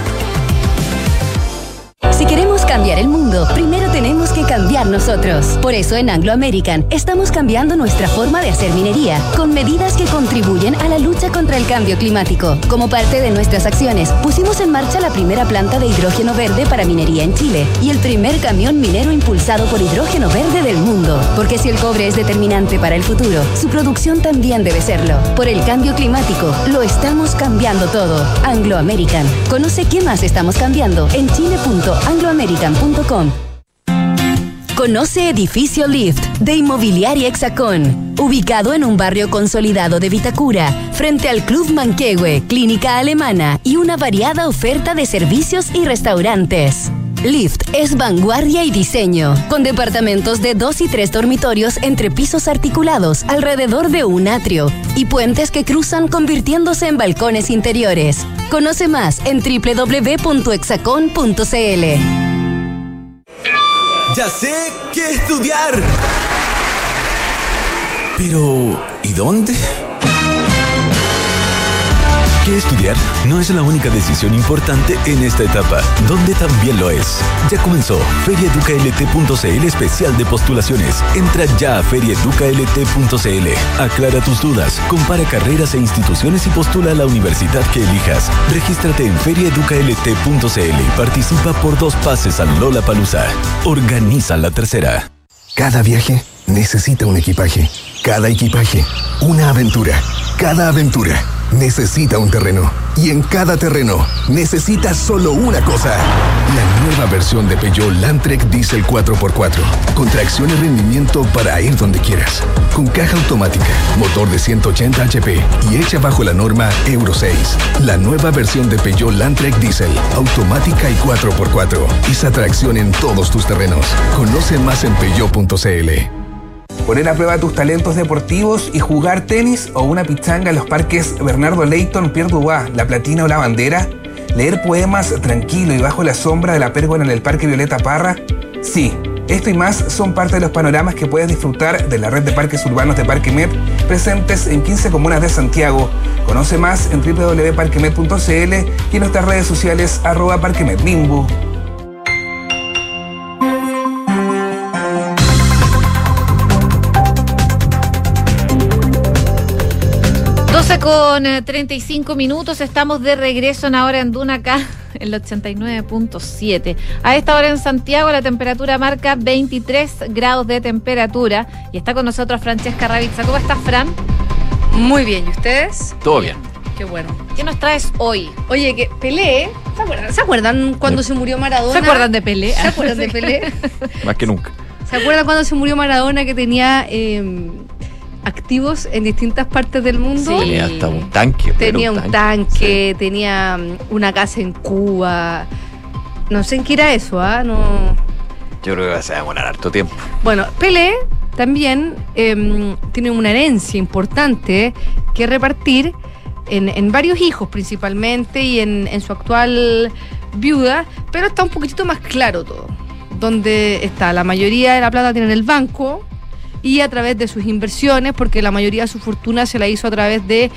Si queremos cambiar el mundo, primero tenemos que cambiar nosotros. Por eso en Anglo American estamos cambiando nuestra forma de hacer minería, con medidas que contribuyen a la lucha contra el cambio climático. Como parte de nuestras acciones, pusimos en marcha la primera planta de hidrógeno verde para minería en Chile y el primer camión minero impulsado por hidrógeno verde del mundo. Porque si el cobre es determinante para el futuro, su producción también debe serlo. Por el cambio climático, lo estamos cambiando todo. Anglo American. Conoce qué más estamos cambiando en chile.angloamerican.com. Conoce Edificio Lift de Inmobiliaria Hexacón, ubicado en un barrio consolidado de Vitacura, frente al Club Manquehue, clínica alemana y una variada oferta de servicios y restaurantes. Lift es vanguardia y diseño, con departamentos de 2 y 3 dormitorios entre pisos articulados alrededor de un atrio y puentes que cruzan convirtiéndose en balcones interiores. Conoce más en www.hexacon.cl. Ya sé qué estudiar. Pero, ¿y dónde? ¿Qué estudiar? No es la única decisión importante en esta etapa, donde también lo es. Ya comenzó FeriaEducaLT.cl especial de postulaciones. Entra ya a FeriaEducaLT.cl. Aclara tus dudas, compara carreras e instituciones y postula a la universidad que elijas. Regístrate en FeriaEducaLT.cl y participa por 2 pases al Lollapalooza. Organiza la tercera. Cada viaje necesita un equipaje. Cada equipaje, una aventura. Cada aventura, necesita un terreno. Y en cada terreno necesita solo una cosa. La nueva versión de Peugeot Landtrek Diesel 4x4. Con tracción y rendimiento para ir donde quieras. Con caja automática, motor de 180 HP y hecha bajo la norma Euro 6. La nueva versión de Peugeot Landtrek Diesel, automática y 4x4. Esa tracción en todos tus terrenos. Conoce más en peugeot.cl. Poner a prueba tus talentos deportivos y jugar tenis o una pichanga en los parques Bernardo Leyton, Pierre Dubois, La Platina o La Bandera. Leer poemas tranquilo y bajo la sombra de la pérgola en el Parque Violeta Parra. Sí, esto y más son parte de los panoramas que puedes disfrutar de la red de parques urbanos de Parquemed, presentes en 15 comunas de Santiago. Conoce más en www.parquemed.cl y en nuestras redes sociales @parquemedlimbu. Con 35 minutos, estamos de regreso en Ahora en Duna, acá en el 89.7. A esta hora en Santiago la temperatura marca 23 grados de temperatura y está con nosotros Francesca Ravizza. ¿Cómo estás, Fran? Muy bien, ¿y ustedes? Todo bien. Qué bueno. ¿Qué nos traes hoy? Oye, que Pelé, ¿se acuerdan cuando se murió Maradona? ¿Se acuerdan de Pelé? ¿Se acuerdan de Pelé? Más que nunca. ¿Se acuerdan cuando se murió Maradona, que tenía activos en distintas partes del mundo? Sí. Tenía hasta un tanque. Tenía un tanque, sí. Tenía una casa en Cuba. No sé en qué era eso, ¿ah? No. Yo creo que se va a demorar harto tiempo. Bueno, Pelé también tiene una herencia importante que repartir en varios hijos principalmente y en su actual viuda, pero está un poquitito más claro todo. Donde está la mayoría de la plata tiene en el banco y a través de sus inversiones, porque la mayoría de su fortuna se la hizo a través de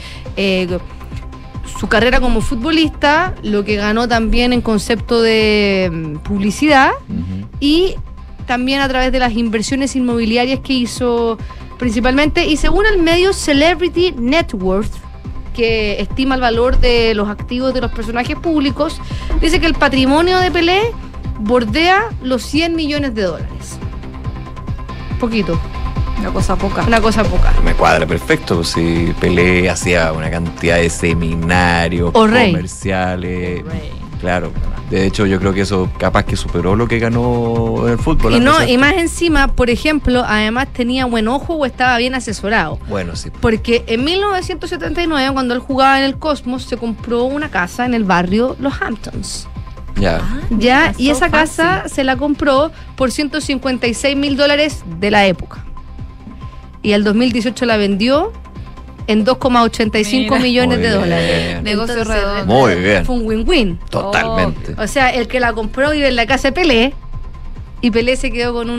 su carrera como futbolista, lo que ganó también en concepto de publicidad, y también a través de las inversiones inmobiliarias que hizo principalmente, y según el medio Celebrity Net Worth, que estima el valor de los activos de los personajes públicos, dice que el patrimonio de Pelé bordea los 100 millones de dólares. Poquito. Una cosa poca. Una cosa poca. Me cuadra perfecto, si Pelé hacía una cantidad de seminarios, comerciales. Claro. De hecho, yo creo que eso capaz que superó lo que ganó en el fútbol. Y más encima, por ejemplo, además tenía buen ojo o estaba bien asesorado. Bueno, sí. Porque en 1979, cuando él jugaba en el Cosmos, se compró una casa en el barrio Los Hamptons. Ya, y esa casa se la compró por $156.000 de la época. Y el 2018 la vendió en 2,85 millones de dólares. Negocio redondo. Muy bien. Fue un win-win. Totalmente. O sea, el que la compró vive en la casa de Pelé y Pelé se quedó con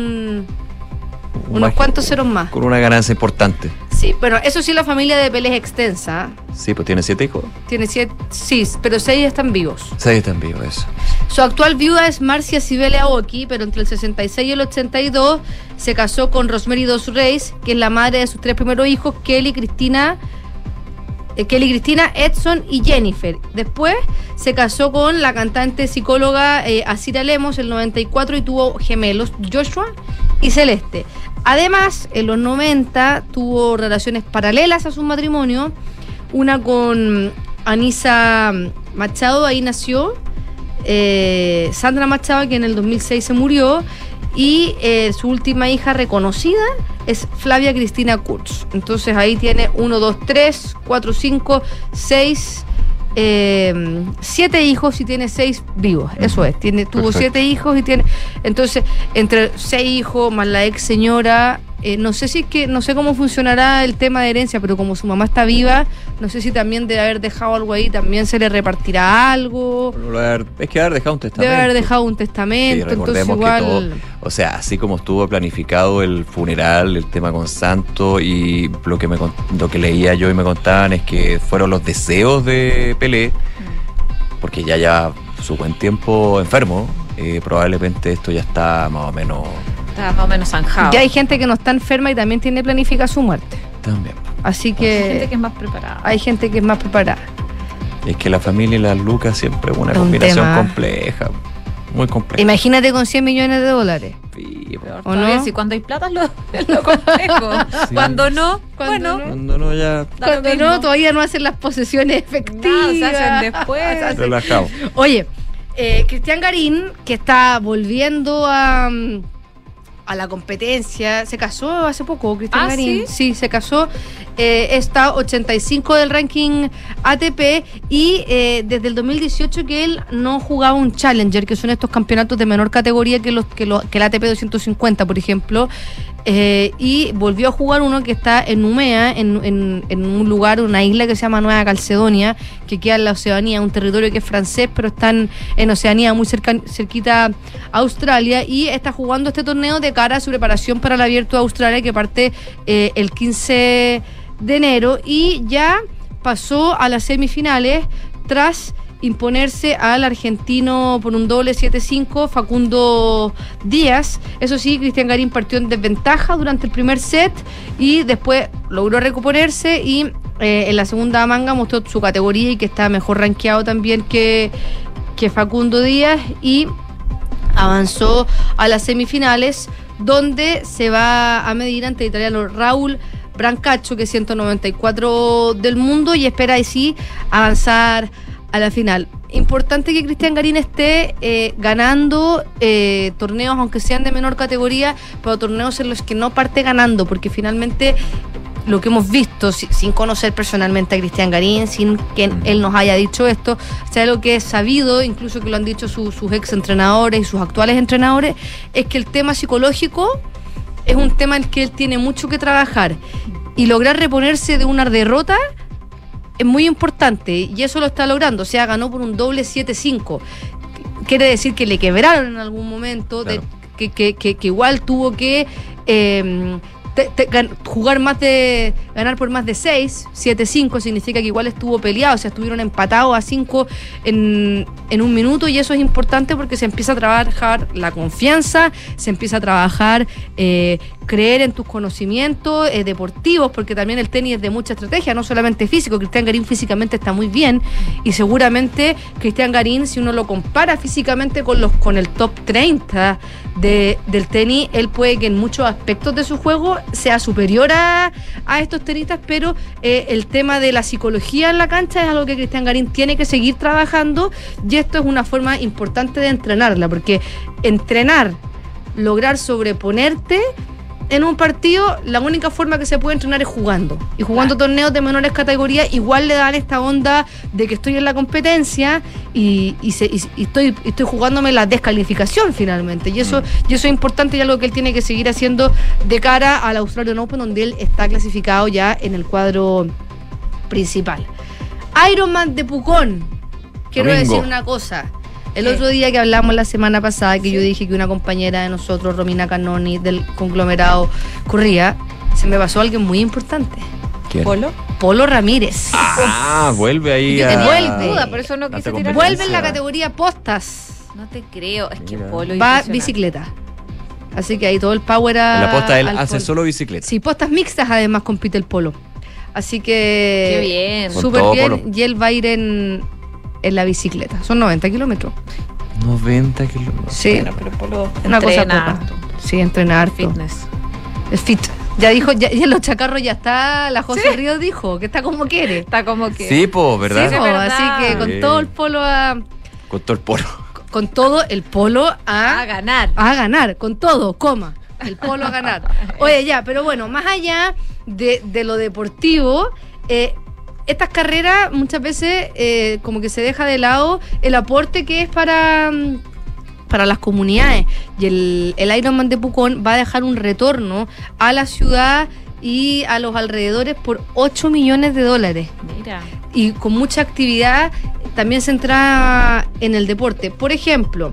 unos cuantos ceros más. Con una ganancia importante. Sí, bueno, eso sí, la familia de Pelé es extensa. Sí, pues tiene 7 hijos. Tiene 7, sí, pero 6 están vivos. 6 están vivos, eso. Su actual viuda es Marcia Sibeli Aoki, pero entre el 66 y el 82 se casó con Rosemary Dos Reis, que es la madre de sus 3 primeros hijos, Kelly, Cristina, Edson y Jennifer. Después se casó con la cantante psicóloga Asira Lemos en el 94 y tuvo gemelos, Joshua y Celeste. Además, en los 90 tuvo relaciones paralelas a su matrimonio, una con Anisa Machado, ahí nació Sandra Machado, que en el 2006 se murió, y su última hija reconocida es Flavia Cristina Kurz. Entonces ahí tiene 1, 2, 3, 4, 5, 6, 7 hijos y tiene 6 vivos. Eso es, tuvo 7 hijos y tiene, entonces entre 6 hijos más la ex señora, no sé cómo funcionará el tema de herencia, pero como su mamá está viva, no sé si también debe haber dejado algo ahí, también se le repartirá algo. Es que haber dejado un testamento. Debe haber dejado un testamento, sí, entonces igual. Que todo, o sea, así como estuvo planificado el funeral, el tema con Santo, y lo que leía yo y me contaban es que fueron los deseos de Pelé, porque ya su buen tiempo enfermo, probablemente esto ya está más o menos. Está más o menos zanjado. Ya hay gente que no está enferma y también tiene planificada su muerte. También. Así que hay gente que es más preparada. Hay gente que es más preparada. Es que la familia y las lucas siempre es una combinación compleja. muy complejo. Imagínate con 100 millones de dólares. Sí, ¿O no? Si cuando hay plata es lo complejo. Sí. Cuando no, Cuando bueno. Cuando no, ya Cuando no, todavía no hacen las posesiones efectivas. No, se hacen después. relajado. Oye, Cristian Garín, que está volviendo a la competencia, se casó hace poco, Cristian Garín. Sí, se casó. Está 85 del ranking ATP y desde el 2018 que él no jugaba un Challenger, que son estos campeonatos de menor categoría que el ATP 250, por ejemplo. Y volvió a jugar uno que está en Numea, en un lugar, una isla que se llama Nueva Calcedonia, que queda en la Oceanía, un territorio que es francés, pero está en Oceanía, muy cerquita a Australia, y está jugando este torneo de cara a su preparación para el Abierto de Australia, que parte el 15 de enero, y ya pasó a las semifinales tras imponerse al argentino por un doble 7-5, Facundo Díaz. Eso sí, Cristian Garín partió en desventaja durante el primer set y después logró recuperarse y en la segunda manga mostró su categoría y que está mejor rankeado también que Facundo Díaz, y avanzó a las semifinales, donde se va a medir ante el italiano Raúl Brancaccio, que es 194 del mundo, y espera ahí sí avanzar a la final. Importante que Cristian Garín esté ganando torneos, aunque sean de menor categoría, pero torneos en los que no parte ganando, porque finalmente lo que hemos visto, sin conocer personalmente a Cristian Garín, sin que él nos haya dicho esto, o sea, lo que es sabido, incluso que lo han dicho sus ex entrenadores y sus actuales entrenadores, es que el tema psicológico es un tema en el que él tiene mucho que trabajar, y lograr reponerse de una derrota es muy importante, y eso lo está logrando. O sea, ganó por un doble 7-5. Quiere decir que le quebraron en algún momento, claro, que igual tuvo que ganar por más de 6, 7-5, significa que igual estuvo peleado, o sea, estuvieron empatados a 5 en un minuto, y eso es importante porque se empieza a trabajar la confianza, se empieza a trabajar creer en tus conocimientos deportivos, porque también el tenis es de mucha estrategia, no solamente físico. Cristian Garín físicamente está muy bien, y seguramente Cristian Garín, si uno lo compara físicamente con el top 30 del tenis, él puede que en muchos aspectos de su juego sea superior a estos tenistas, pero el tema de la psicología en la cancha es algo que Cristian Garín tiene que seguir trabajando, y esto es una forma importante de entrenarla, porque lograr sobreponerte en un partido, la única forma que se puede entrenar es jugando. Y jugando torneos de menores categorías, igual le dan esta onda de que estoy en la competencia y estoy jugándome la descalificación finalmente. Y eso es importante, y algo que él tiene que seguir haciendo de cara al Australian Open, donde él está clasificado ya en el cuadro principal. Ironman de Pucón. Quiero decir una cosa. El otro día que hablamos la semana pasada, que yo dije que una compañera de nosotros, Romina Canoni, del conglomerado, corría, se me pasó alguien muy importante. ¿Quién? Polo Ramírez. Vuelve ahí. Vuelve. Por eso no quise tirar. Vuelve en la categoría postas. No te creo, es que Polo va bicicleta. Así que ahí todo el power en la posta él hace solo bicicleta. Sí, postas mixtas además compite el Polo. Así que qué bien. Súper bien. Polo. Y él va a ir en la bicicleta. Son 90 kilómetros. 90 kilómetros. Sí, bueno, pero Polo una cosa poca. Sí, entrenar. Fitness. Es fit. Ya dijo, ya en los chacarros ya está, la José Ríos dijo, que está como quiere. Está como quiere. Sí, ¿verdad? Sí, verdad. Así que con todo el polo Con todo el polo. Con todo el polo a ganar. A ganar, con todo, el polo a ganar. Oye, ya, pero bueno, más allá de lo deportivo, estas carreras muchas veces como que se deja de lado el aporte que es para las comunidades, y el Ironman de Pucón va a dejar un retorno a la ciudad y a los alrededores por $8 millones. Mira. Y con mucha actividad también centrada en el deporte. Por ejemplo,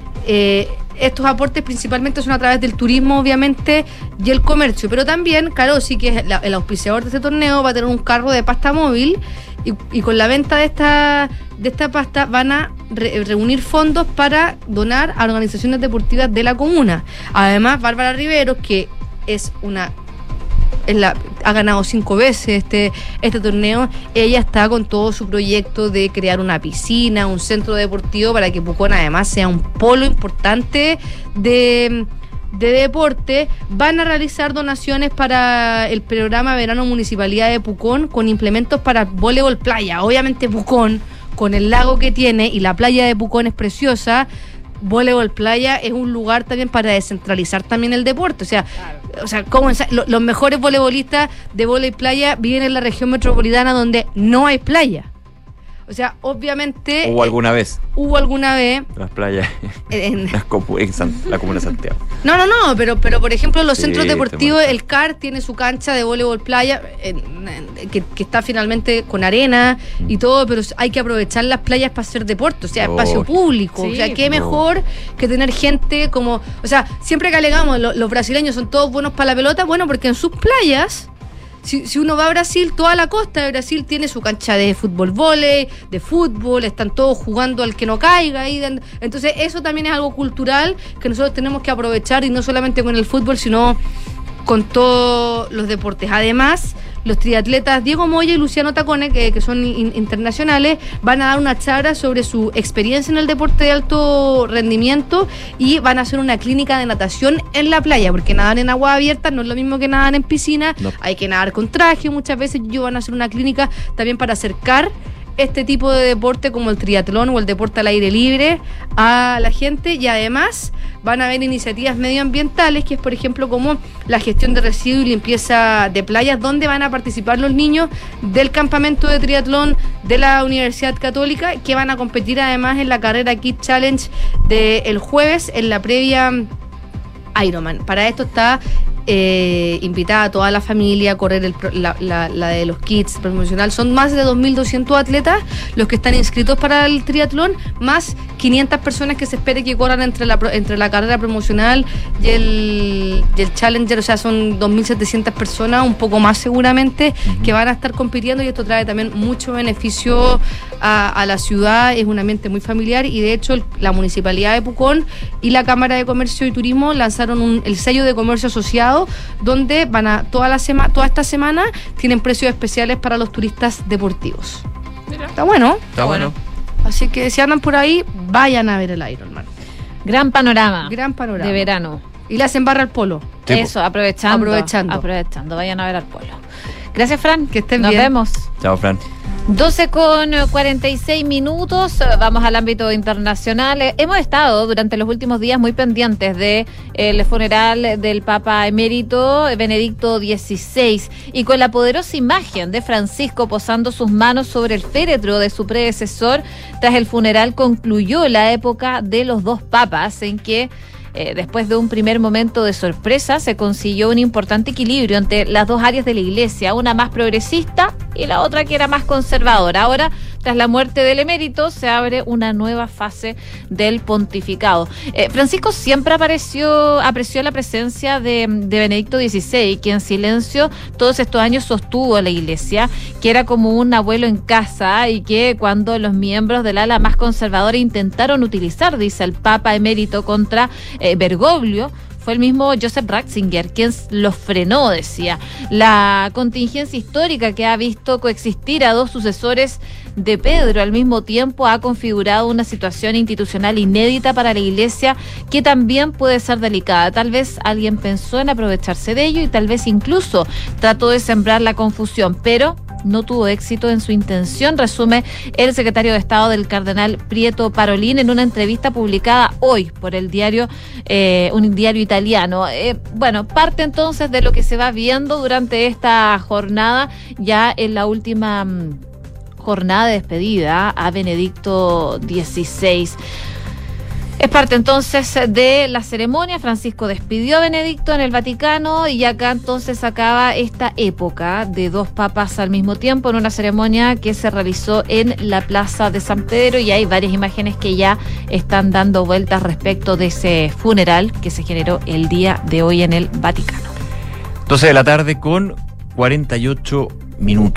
estos aportes principalmente son a través del turismo, obviamente, y el comercio, pero también Carosi, que es el auspiciador de este torneo, va a tener un carro de pasta móvil, y con la venta de esta pasta van a reunir fondos para donar a organizaciones deportivas de la comuna. Además, Bárbara Riveros, que es una ha ganado 5 veces este torneo. Ella está con todo su proyecto de crear una piscina, un centro deportivo para que Pucón además sea un polo importante de deporte. Van a realizar donaciones para el programa Verano Municipalidad de Pucón con implementos para voleibol playa. Obviamente Pucón, con el lago que tiene y la playa de Pucón es preciosa, voleibol playa es un lugar también para descentralizar también el deporte. O sea, los mejores voleibolistas de voleibol playa viven en la región metropolitana donde no hay playa. O sea, obviamente... ¿Hubo alguna vez? Las playas en la comuna de Santiago. No, pero por ejemplo los Sí, centros deportivos, el CAR tiene su cancha de voleibol playa que está finalmente con arena y todo, pero hay que aprovechar las playas para hacer deporte, o sea, espacio público. Sí, o sea, qué mejor que tener gente como... O sea, siempre que alegamos, los brasileños son todos buenos para la pelota, bueno, porque en sus playas... Si uno va a Brasil, toda la costa de Brasil tiene su cancha de fútbol, vóley, de fútbol, están todos jugando al que no caiga. Entonces eso también es algo cultural que nosotros tenemos que aprovechar, y no solamente con el fútbol, sino con todos los deportes. Además, los triatletas Diego Moya y Luciano Tacone, que son internacionales, van a dar una charla sobre su experiencia en el deporte de alto rendimiento, y van a hacer una clínica de natación en la playa, porque nadar en agua abierta no es lo mismo que nadar en piscina. No. Hay que nadar con traje muchas veces. Ellos van a hacer una clínica también para acercar este tipo de deporte como el triatlón o el deporte al aire libre a la gente. Y además van a haber iniciativas medioambientales, que es por ejemplo como la gestión de residuos y limpieza de playas, donde van a participar los niños del campamento de triatlón de la Universidad Católica, que van a competir además en la carrera Kid Challenge del jueves, en la previa Ironman. Para esto está invitada a toda la familia a correr la de los kids promocional. Son más de 2.200 atletas los que están inscritos para el triatlón, más 500 personas que se espere que corran entre la carrera promocional y el Challenger. O sea, son 2.700 personas, un poco más seguramente, que van a estar compitiendo, y esto trae también mucho beneficio a la ciudad. Es un ambiente muy familiar, y de hecho la Municipalidad de Pucón y la Cámara de Comercio y Turismo lanzaron el sello de comercio asociado, donde van a toda esta semana tienen precios especiales para los turistas deportivos. Mira. Está bueno. Así que si andan por ahí, vayan a ver el Ironman. Gran panorama de verano. Y le hacen barra al polo. Eso, aprovechando. Vayan a ver al polo. Gracias, Fran. Que estén bien. Nos vemos. Chao, Fran. 12:46. Vamos al ámbito internacional. Hemos estado durante los últimos días muy pendientes de el funeral del Papa Emérito Benedicto XVI, y con la poderosa imagen de Francisco posando sus manos sobre el féretro de su predecesor. Tras el funeral concluyó la época de los dos papas, en que después de un primer momento de sorpresa se consiguió un importante equilibrio entre las dos áreas de la Iglesia, una más progresista y la otra que era más conservadora. Ahora, tras la muerte del emérito, se abre una nueva fase del pontificado. Francisco siempre apreció la presencia de Benedicto XVI, quien en silencio todos estos años sostuvo a la Iglesia, que era como un abuelo en casa, y que cuando los miembros del ala más conservadora intentaron utilizar, dice el Papa Emérito, contra Bergoglio, fue el mismo Joseph Ratzinger quien los frenó, decía. La contingencia histórica que ha visto coexistir a dos sucesores de Pedro al mismo tiempo ha configurado una situación institucional inédita para la Iglesia, que también puede ser delicada. Tal vez alguien pensó en aprovecharse de ello, y tal vez incluso trató de sembrar la confusión, pero no tuvo éxito en su intención, resume el secretario de Estado del cardenal Pietro Parolin en una entrevista publicada hoy por el diario, un diario italiano. Parte entonces de lo que se va viendo durante esta jornada, ya en la última jornada de despedida a Benedicto XVI. Es parte entonces de la ceremonia. Francisco despidió a Benedicto en el Vaticano, y acá entonces acaba esta época de dos papas al mismo tiempo, en una ceremonia que se realizó en la Plaza de San Pedro, y hay varias imágenes que ya están dando vueltas respecto de ese funeral que se generó el día de hoy en el Vaticano. 12 de la tarde con 48 minutos.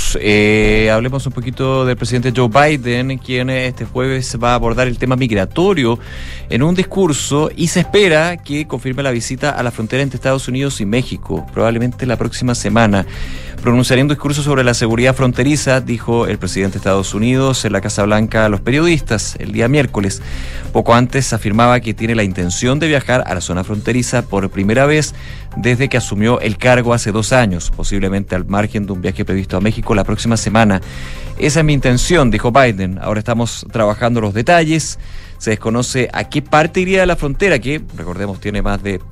minutos. Hablemos un poquito del presidente Joe Biden, quien este jueves va a abordar el tema migratorio en un discurso y se espera que confirme la visita a la frontera entre Estados Unidos y México, probablemente la próxima semana. Pronunciaría un discurso sobre la seguridad fronteriza, dijo el presidente de Estados Unidos en la Casa Blanca a los periodistas el día miércoles. Poco antes afirmaba que tiene la intención de viajar a la zona fronteriza por primera vez desde que asumió el cargo hace 2 años, posiblemente al margen de un viaje previsto a México la próxima semana. Esa es mi intención, dijo Biden. Ahora estamos trabajando los detalles. Se desconoce a qué parte iría de la frontera, que, recordemos, tiene más de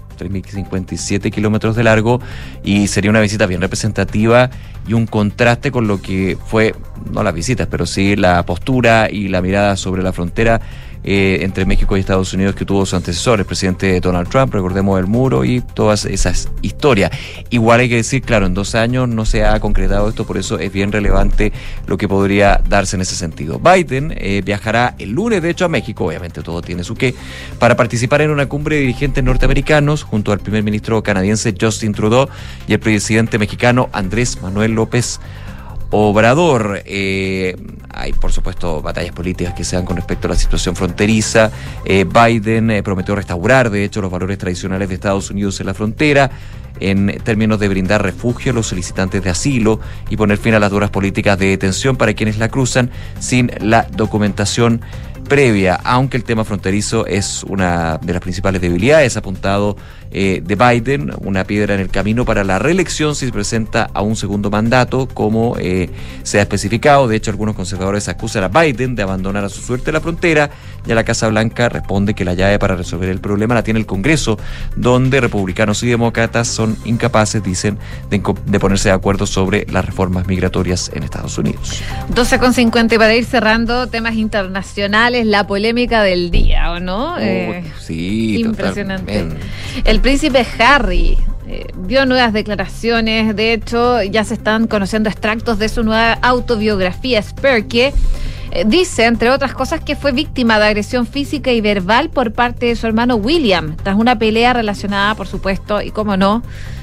3.057 kilómetros de largo, y sería una visita bien representativa y un contraste con lo que fue, no las visitas, pero sí la postura y la mirada sobre la frontera entre México y Estados Unidos que tuvo su antecesor, el presidente Donald Trump. Recordemos el muro y todas esas historias. Igual hay que decir, claro, en 2 años no se ha concretado esto, por eso es bien relevante lo que podría darse en ese sentido. Biden viajará el lunes, de hecho, a México, obviamente todo tiene su qué, para participar en una cumbre de dirigentes norteamericanos junto al primer ministro canadiense Justin Trudeau y el presidente mexicano Andrés Manuel López Obrador. Hay, por supuesto, batallas políticas que se dan con respecto a la situación fronteriza. Biden prometió restaurar, de hecho, los valores tradicionales de Estados Unidos en la frontera, en términos de brindar refugio a los solicitantes de asilo y poner fin a las duras políticas de detención para quienes la cruzan sin la documentación previa, aunque el tema fronterizo es una de las principales debilidades, apuntado de Biden, una piedra en el camino para la reelección si se presenta a un segundo mandato, como se ha especificado. De hecho, algunos conservadores acusan a Biden de abandonar a su suerte la frontera, y a la Casa Blanca responde que la llave para resolver el problema la tiene el Congreso, donde republicanos y demócratas son incapaces, dicen, de ponerse de acuerdo sobre las reformas migratorias en Estados Unidos. 12:50, y para ir cerrando temas internacionales, la polémica del día, ¿o no? Sí, impresionante. Totalmente. El príncipe Harry dio nuevas declaraciones. De hecho, ya se están conociendo extractos de su nueva autobiografía, Spare, que dice, entre otras cosas, que fue víctima de agresión física y verbal por parte de su hermano William, tras una pelea relacionada, por supuesto, y cómo no,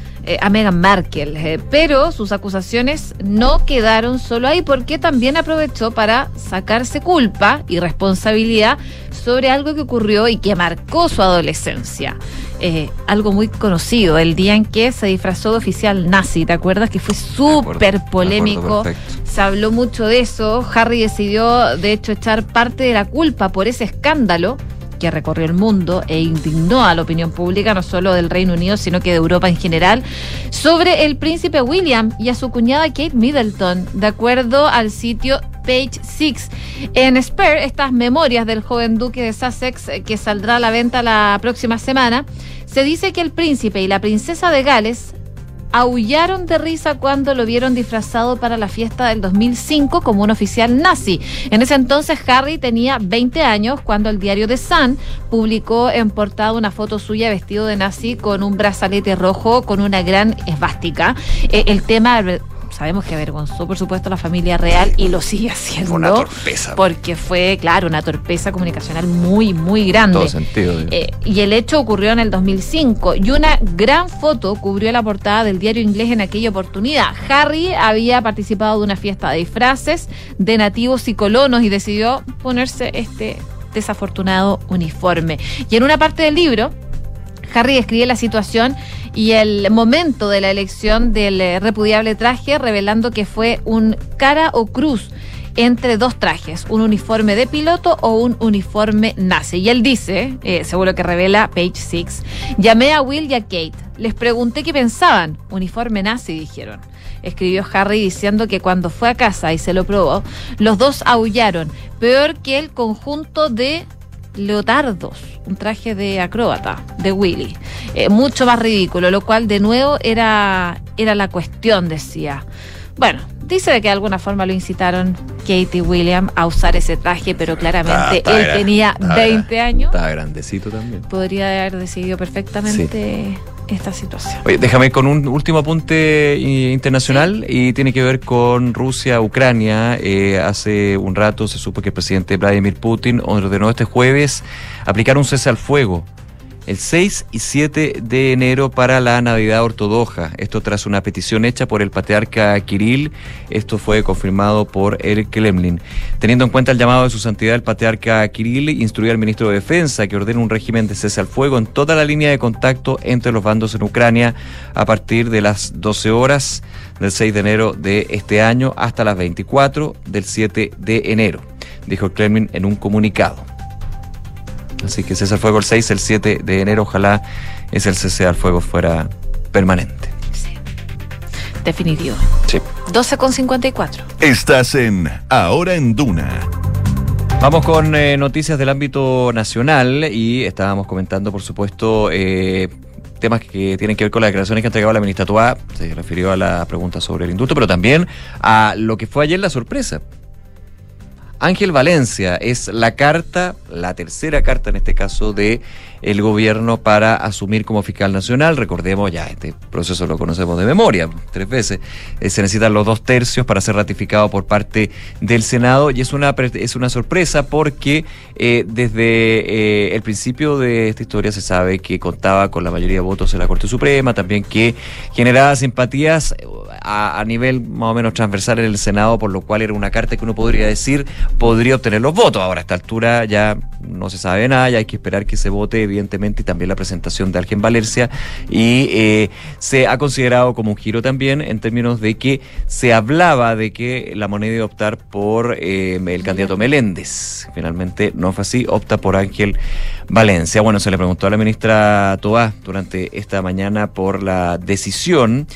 a Meghan Markle. Pero sus acusaciones no quedaron solo ahí, porque también aprovechó para sacarse culpa y responsabilidad sobre algo que ocurrió y que marcó su adolescencia. Algo muy conocido, el día en que se disfrazó de oficial nazi. ¿Te acuerdas? Que fue súper polémico. Se habló mucho de eso. Harry decidió, de hecho, echar parte de la culpa por ese escándalo que recorrió el mundo e indignó a la opinión pública, no solo del Reino Unido, sino que de Europa en general, sobre el príncipe William y a su cuñada Kate Middleton, de acuerdo al sitio Page Six. En Spare, estas memorias del joven duque de Sussex, que saldrá a la venta la próxima semana, se dice que el príncipe y la princesa de Gales aullaron de risa cuando lo vieron disfrazado para la fiesta del 2005 como un oficial nazi. En ese entonces Harry tenía 20 años cuando el diario The Sun publicó en portada una foto suya vestido de nazi con un brazalete rojo con una gran esvástica. El tema, sabemos que avergonzó, por supuesto, a la familia real, y lo sigue haciendo. Fue una torpeza. Porque fue, claro, una torpeza comunicacional muy, muy grande. En todo sentido. Y el hecho ocurrió en el 2005, y una gran foto cubrió la portada del diario inglés en aquella oportunidad. Harry había participado de una fiesta de disfraces de nativos y colonos y decidió ponerse este desafortunado uniforme. Y en una parte del libro, Harry describe la situación y el momento de la elección del repudiable traje, revelando que fue un cara o cruz entre 2 trajes, un uniforme de piloto o un uniforme nazi. Y él dice, seguro que revela Page Six, llamé a Will y a Kate, les pregunté qué pensaban, uniforme nazi, dijeron. Escribió Harry diciendo que cuando fue a casa y se lo probó, los dos aullaron, peor que el conjunto de leotardos, un traje de acróbata de Willy, mucho más ridículo, lo cual de nuevo era la cuestión, decía. Bueno, dice de que de alguna forma lo incitaron Kate y William a usar ese traje, pero claramente él tenía 20 años. Estaba grandecito también. Podría haber decidido perfectamente esta situación. Oye, déjame con un último apunte internacional, y tiene que ver con Rusia, Ucrania. Hace un rato se supo que el presidente Vladimir Putin ordenó este jueves aplicar un cese al fuego el 6 y 7 de enero para la Navidad ortodoxa. Esto tras una petición hecha por el patriarca Kirill. Esto fue confirmado por el Kremlin. Teniendo en cuenta el llamado de su santidad, el patriarca Kirill instruyó al ministro de Defensa que ordene un régimen de cese al fuego en toda la línea de contacto entre los bandos en Ucrania a partir de las 12 horas del 6 de enero de este año hasta las 24 del 7 de enero, dijo el Kremlin en un comunicado. Así que cese al fuego el 6, el 7 de enero, ojalá ese el cese al fuego fuera permanente. Sí, definitivo. Sí. 12:54. Estás en Ahora en Duna. Vamos con noticias del ámbito nacional y estábamos comentando, por supuesto, temas que tienen que ver con las declaraciones que ha entregado la ministra Toá. Se refirió a la pregunta sobre el indulto, pero también a lo que fue ayer la sorpresa. Ángel Valencia es la tercera carta en este caso de el gobierno para asumir como fiscal nacional. Recordemos, ya este proceso lo conocemos de memoria, 3 veces. Se necesitan los 2/3 para ser ratificado por parte del Senado y es una sorpresa porque desde el principio de esta historia se sabe que contaba con la mayoría de votos en la Corte Suprema, también que generaba simpatías a nivel más o menos transversal en el Senado, por lo cual era una carta que uno podría decir podría obtener los votos. Ahora, a esta altura ya no se sabe nada, ya hay que esperar que se vote, evidentemente, y también la presentación de Ángel Valencia, y se ha considerado como un giro también en términos de que se hablaba de que la moneda iba a optar por el candidato Meléndez. Finalmente no fue así, opta por Ángel Valencia. Bueno, se le preguntó a la ministra Toá durante esta mañana por la decisión.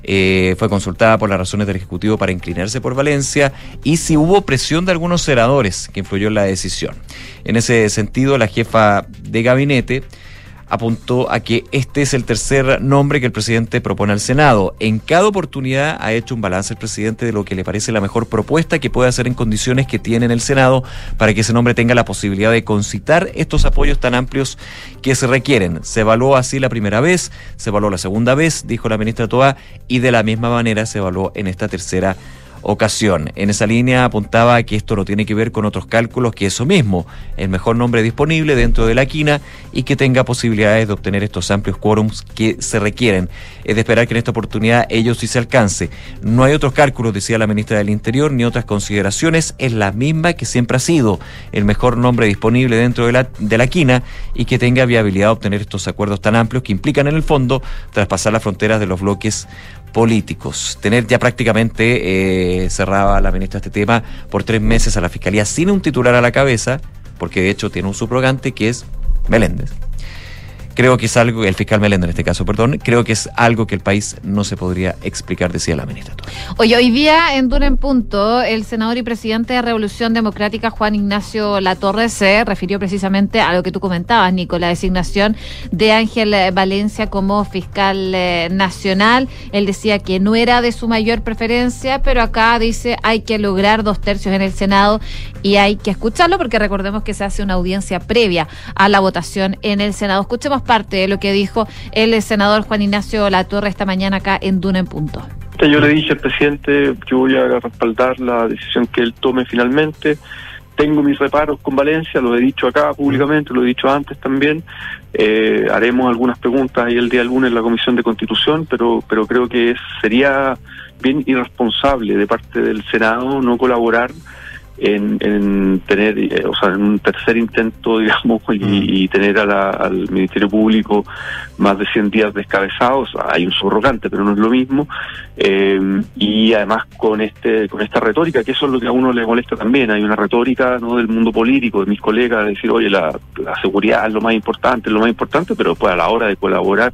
Fue consultada por las razones del Ejecutivo para inclinarse por Valencia y si hubo presión de algunos senadores que influyó en la decisión. En ese sentido, la jefa de gabinete apuntó a que este es el tercer nombre que el presidente propone al Senado. En cada oportunidad ha hecho un balance el presidente de lo que le parece la mejor propuesta que puede hacer en condiciones que tiene en el Senado para que ese nombre tenga la posibilidad de concitar estos apoyos tan amplios que se requieren. Se evaluó así la primera vez, se evaluó la segunda vez, dijo la ministra Toá, y de la misma manera se evaluó en esta tercera ocasión. En esa línea apuntaba que esto no tiene que ver con otros cálculos que eso mismo, el mejor nombre disponible dentro de la quina y que tenga posibilidades de obtener estos amplios quórums que se requieren. Es de esperar que en esta oportunidad ello sí se alcance. No hay otros cálculos, decía la ministra del Interior, ni otras consideraciones, es la misma que siempre ha sido, el mejor nombre disponible dentro de la quina y que tenga viabilidad de obtener estos acuerdos tan amplios que implican en el fondo traspasar las fronteras de los bloques políticos. Tener ya prácticamente cerraba la ministra este tema por 3 meses a la Fiscalía sin un titular a la cabeza, porque de hecho tiene un subrogante que es Meléndez. Creo que es algo, el fiscal Meléndez en este caso, perdón, creo que es algo que el país no se podría explicar, decía la ministra. Oye, hoy día en Duna en Punto, el senador y presidente de Revolución Democrática, Juan Ignacio Latorre, se refirió precisamente a lo que tú comentabas, Nico, la designación de Ángel Valencia como fiscal nacional. Él decía que no era de su mayor preferencia, pero acá dice hay que lograr 2/3 en el Senado y hay que escucharlo porque recordemos que se hace una audiencia previa a la votación en el Senado. Escuchemos parte de lo que dijo el senador Juan Ignacio Latorre esta mañana acá en Duna en Punto. Yo le dije al presidente que voy a respaldar la decisión que él tome finalmente. Tengo mis reparos con Valencia, lo he dicho acá públicamente, lo he dicho antes también. Haremos algunas preguntas ahí el día lunes en la Comisión de Constitución, pero creo que sería bien irresponsable de parte del Senado no colaborar en tener, en un tercer intento, digamos, y tener al Ministerio Público más de 100 días descabezados. Hay un subrogante, pero no es lo mismo, y además con esta retórica, que eso es lo que a uno le molesta también. Hay una retórica, ¿no?, del mundo político, de mis colegas, de decir, oye, la seguridad es lo más importante, pero después a la hora de colaborar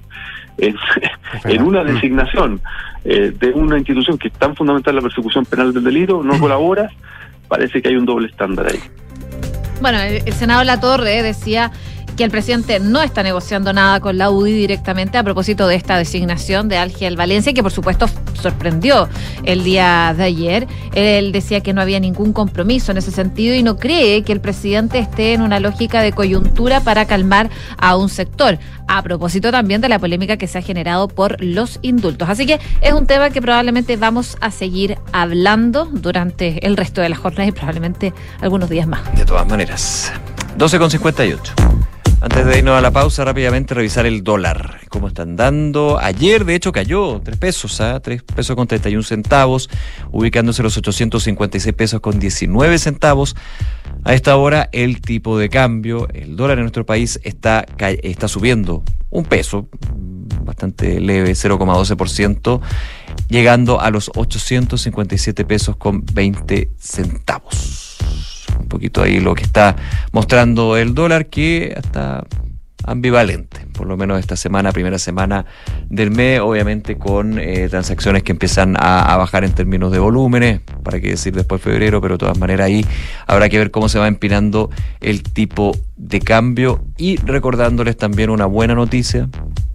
en una designación de una institución que es tan fundamental en la persecución penal del delito, no colaboras. Parece que hay un doble estándar ahí. Bueno, el senador Latorre decía que el presidente no está negociando nada con la UDI directamente a propósito de esta designación de Ángel Valencia, que por supuesto sorprendió el día de ayer. Él decía que no había ningún compromiso en ese sentido y no cree que el presidente esté en una lógica de coyuntura para calmar a un sector, a propósito también de la polémica que se ha generado por los indultos. Así que es un tema que probablemente vamos a seguir hablando durante el resto de la jornada y probablemente algunos días más. De todas maneras, 12:58. Antes de irnos a la pausa, rápidamente revisar el dólar. ¿Cómo están dando? Ayer, de hecho, cayó 3 pesos, 3 pesos con 31 centavos, ubicándose en los 856 pesos con 19 centavos. A esta hora, el tipo de cambio, el dólar en nuestro país está subiendo un peso, bastante leve, 0,12%, llegando a los 857 pesos con 20 centavos. Un poquito ahí lo que está mostrando el dólar, que está ambivalente, por lo menos esta semana, primera semana del mes, obviamente con transacciones que empiezan a bajar en términos de volúmenes, para qué decir después febrero, pero de todas maneras ahí habrá que ver cómo se va empinando el tipo de cambio. Y recordándoles también una buena noticia,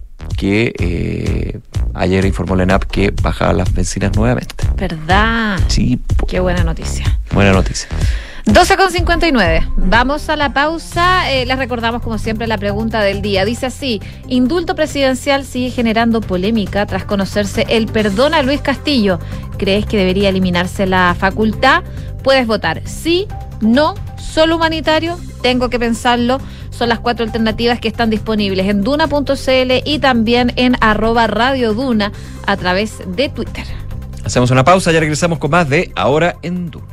que ayer informó la ENAP que bajaban las bencinas nuevamente. ¿Verdad? Sí. Qué buena noticia. Buena noticia. 12:59. Vamos a la pausa. Les recordamos, como siempre, la pregunta del día. Dice así: indulto presidencial sigue generando polémica tras conocerse el perdón a Luis Castillo. ¿Crees que debería eliminarse la facultad? Puedes votar sí, no, solo humanitario, tengo que pensarlo. Son las 4 alternativas que están disponibles en duna.cl y también en @radioduna a través de Twitter. Hacemos una pausa, ya regresamos con más de Ahora en Duna.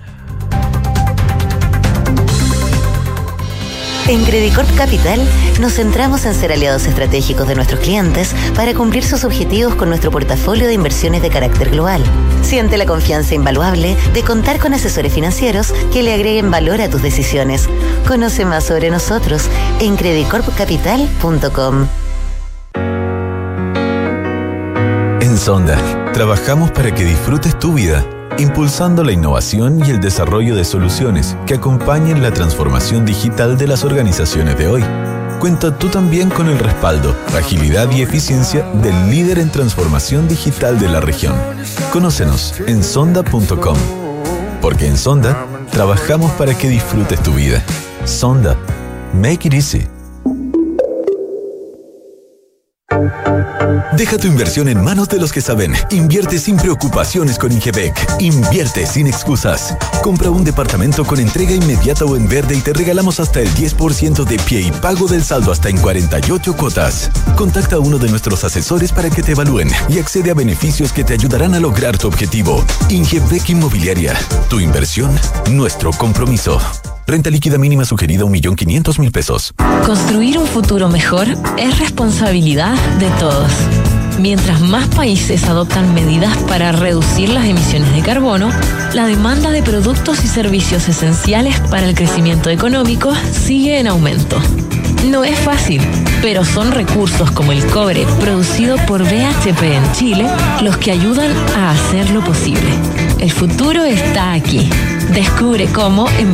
En Credicorp Capital nos centramos en ser aliados estratégicos de nuestros clientes para cumplir sus objetivos con nuestro portafolio de inversiones de carácter global. Siente la confianza invaluable de contar con asesores financieros que le agreguen valor a tus decisiones. Conoce más sobre nosotros en credicorpcapital.com. En Sonda, trabajamos para que disfrutes tu vida, impulsando la innovación y el desarrollo de soluciones que acompañen la transformación digital de las organizaciones de hoy. Cuenta tú también con el respaldo, agilidad y eficiencia del líder en transformación digital de la región. Conócenos en sonda.com. Porque en Sonda, trabajamos para que disfrutes tu vida. Sonda. Make it easy. Deja tu inversión en manos de los que saben. Invierte sin preocupaciones con Ingebec. Invierte sin excusas. Compra un departamento con entrega inmediata o en verde y te regalamos hasta el 10% de pie y pago del saldo hasta en 48 cuotas. Contacta a uno de nuestros asesores para que te evalúen y accede a beneficios que te ayudarán a lograr tu objetivo. Ingebec Inmobiliaria. Tu inversión, nuestro compromiso. Renta líquida mínima sugerida 1.500.000 pesos. Construir un futuro mejor es responsabilidad de todos. Mientras más países adoptan medidas para reducir las emisiones de carbono, la demanda de productos y servicios esenciales para el crecimiento económico sigue en aumento. No es fácil, pero son recursos como el cobre producido por BHP en Chile los que ayudan a hacerlo posible. El futuro está aquí. Descubre cómo en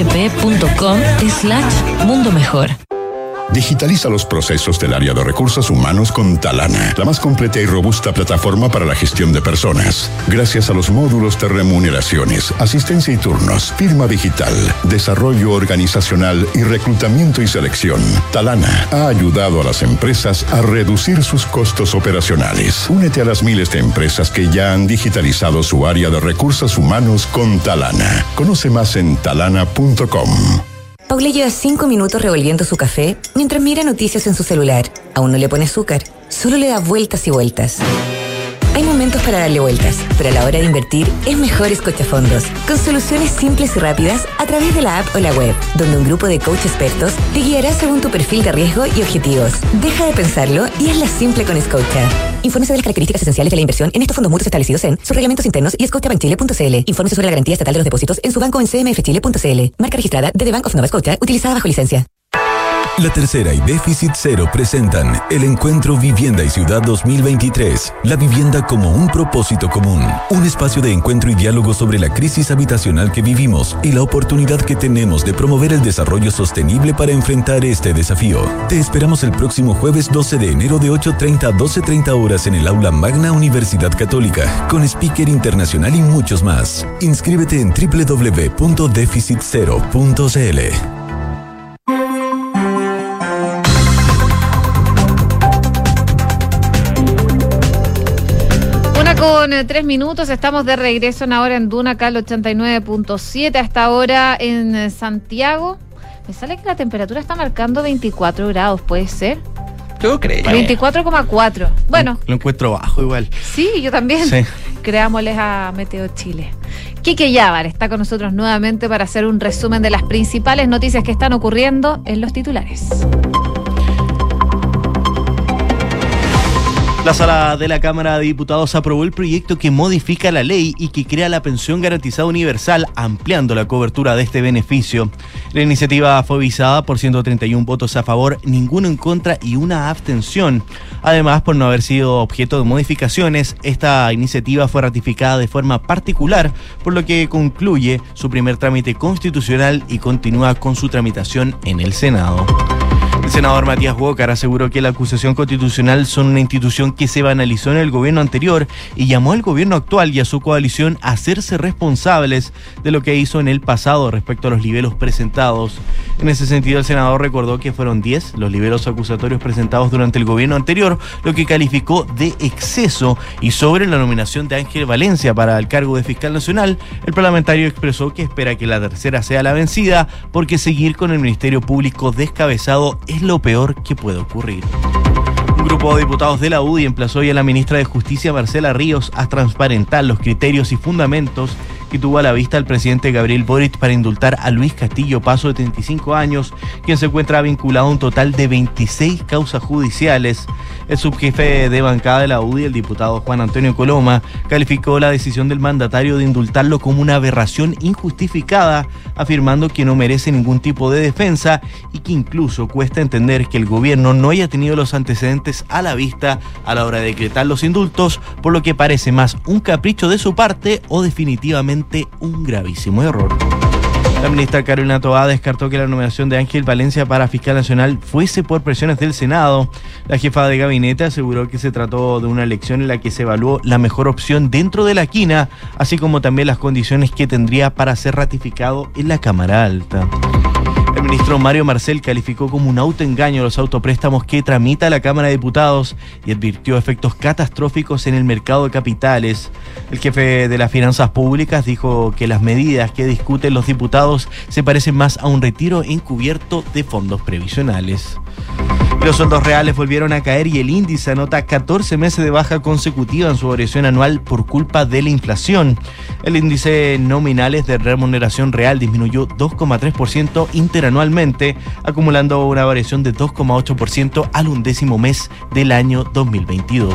bhp.com/mundo mejor. Digitaliza los procesos del área de recursos humanos con Talana, la más completa y robusta plataforma para la gestión de personas. Gracias a los módulos de remuneraciones, asistencia y turnos, firma digital, desarrollo organizacional y reclutamiento y selección, Talana ha ayudado a las empresas a reducir sus costos operacionales. Únete a las miles de empresas que ya han digitalizado su área de recursos humanos con Talana. Conoce más en talana.com. Paula lleva 5 minutos revolviendo su café mientras mira noticias en su celular. Aún no le pone azúcar, solo le da vueltas y vueltas. Hay momentos para darle vueltas, pero a la hora de invertir es mejor Escochafondos, con soluciones simples y rápidas a través de la app o la web, donde un grupo de coach expertos te guiará según tu perfil de riesgo y objetivos. Deja de pensarlo y hazla simple con Escocha. Infórmese de las características esenciales de la inversión en estos fondos mutuos establecidos en sus reglamentos internos y scotiabankchile.cl. Infórmese sobre la garantía estatal de los depósitos en su banco en cmfchile.cl. Marca registrada de The Bank of Nova Scotia, utilizada bajo licencia. La Tercera y Déficit Cero presentan el Encuentro Vivienda y Ciudad 2023. La vivienda como un propósito común. Un espacio de encuentro y diálogo sobre la crisis habitacional que vivimos y la oportunidad que tenemos de promover el desarrollo sostenible para enfrentar este desafío. Te esperamos el próximo jueves 12 de enero de 8:30 a 12:30 horas en el Aula Magna Universidad Católica, con speaker internacional y muchos más. Inscríbete en www.deficitcero.cl. Con 3 minutos, estamos de regreso en Ahora en Duna, acá al 89.7, hasta ahora en Santiago. Me sale que la temperatura está marcando 24 grados, ¿puede ser? Yo creo. 24,4. Bueno. Lo encuentro bajo igual. Sí, yo también. Sí. Creámosles a Meteo Chile. Quique Yávar está con nosotros nuevamente para hacer un resumen de las principales noticias que están ocurriendo en los titulares. La sala de la Cámara de Diputados aprobó el proyecto que modifica la ley y que crea la pensión garantizada universal, ampliando la cobertura de este beneficio. La iniciativa fue visada por 131 votos a favor, ninguno en contra y una abstención. Además, por no haber sido objeto de modificaciones, esta iniciativa fue ratificada de forma particular, por lo que concluye su primer trámite constitucional y continúa con su tramitación en el Senado. El senador Matías Huócar aseguró que la acusación constitucional son una institución que se banalizó en el gobierno anterior y llamó al gobierno actual y a su coalición a hacerse responsables de lo que hizo en el pasado respecto a los libelos presentados. En ese sentido, el senador recordó que fueron 10 los libelos acusatorios presentados durante el gobierno anterior, lo que calificó de exceso, y sobre la nominación de Ángel Valencia para el cargo de fiscal nacional, el parlamentario expresó que espera que la tercera sea la vencida, porque seguir con el Ministerio Público descabezado es lo peor que puede ocurrir. Un grupo de diputados de la UDI emplazó hoy a la ministra de Justicia, Marcela Ríos, a transparentar los criterios y fundamentos que tuvo a la vista el presidente Gabriel Boric para indultar a Luis Castillo Paso, de 35 años, quien se encuentra vinculado a un total de 26 causas judiciales. El subjefe de bancada de la UDI, el diputado Juan Antonio Coloma, calificó la decisión del mandatario de indultarlo como una aberración injustificada, afirmando que no merece ningún tipo de defensa y que incluso cuesta entender que el gobierno no haya tenido los antecedentes a la vista a la hora de decretar los indultos, por lo que parece más un capricho de su parte o definitivamente un gravísimo error. La ministra Carolina Toá descartó que la nominación de Ángel Valencia para fiscal nacional fuese por presiones del Senado. La jefa de gabinete aseguró que se trató de una elección en la que se evaluó la mejor opción dentro de la quina, así como también las condiciones que tendría para ser ratificado en la Cámara Alta. El ministro Mario Marcel calificó como un autoengaño los autopréstamos que tramita la Cámara de Diputados y advirtió efectos catastróficos en el mercado de capitales. El jefe de las finanzas públicas dijo que las medidas que discuten los diputados se parecen más a un retiro encubierto de fondos previsionales. Los sueldos reales volvieron a caer y el índice anota 14 meses de baja consecutiva en su variación anual por culpa de la inflación. El índice nominales de remuneración real disminuyó 2,3% interanualmente, acumulando una variación de 2,8% al 11º mes del año 2022.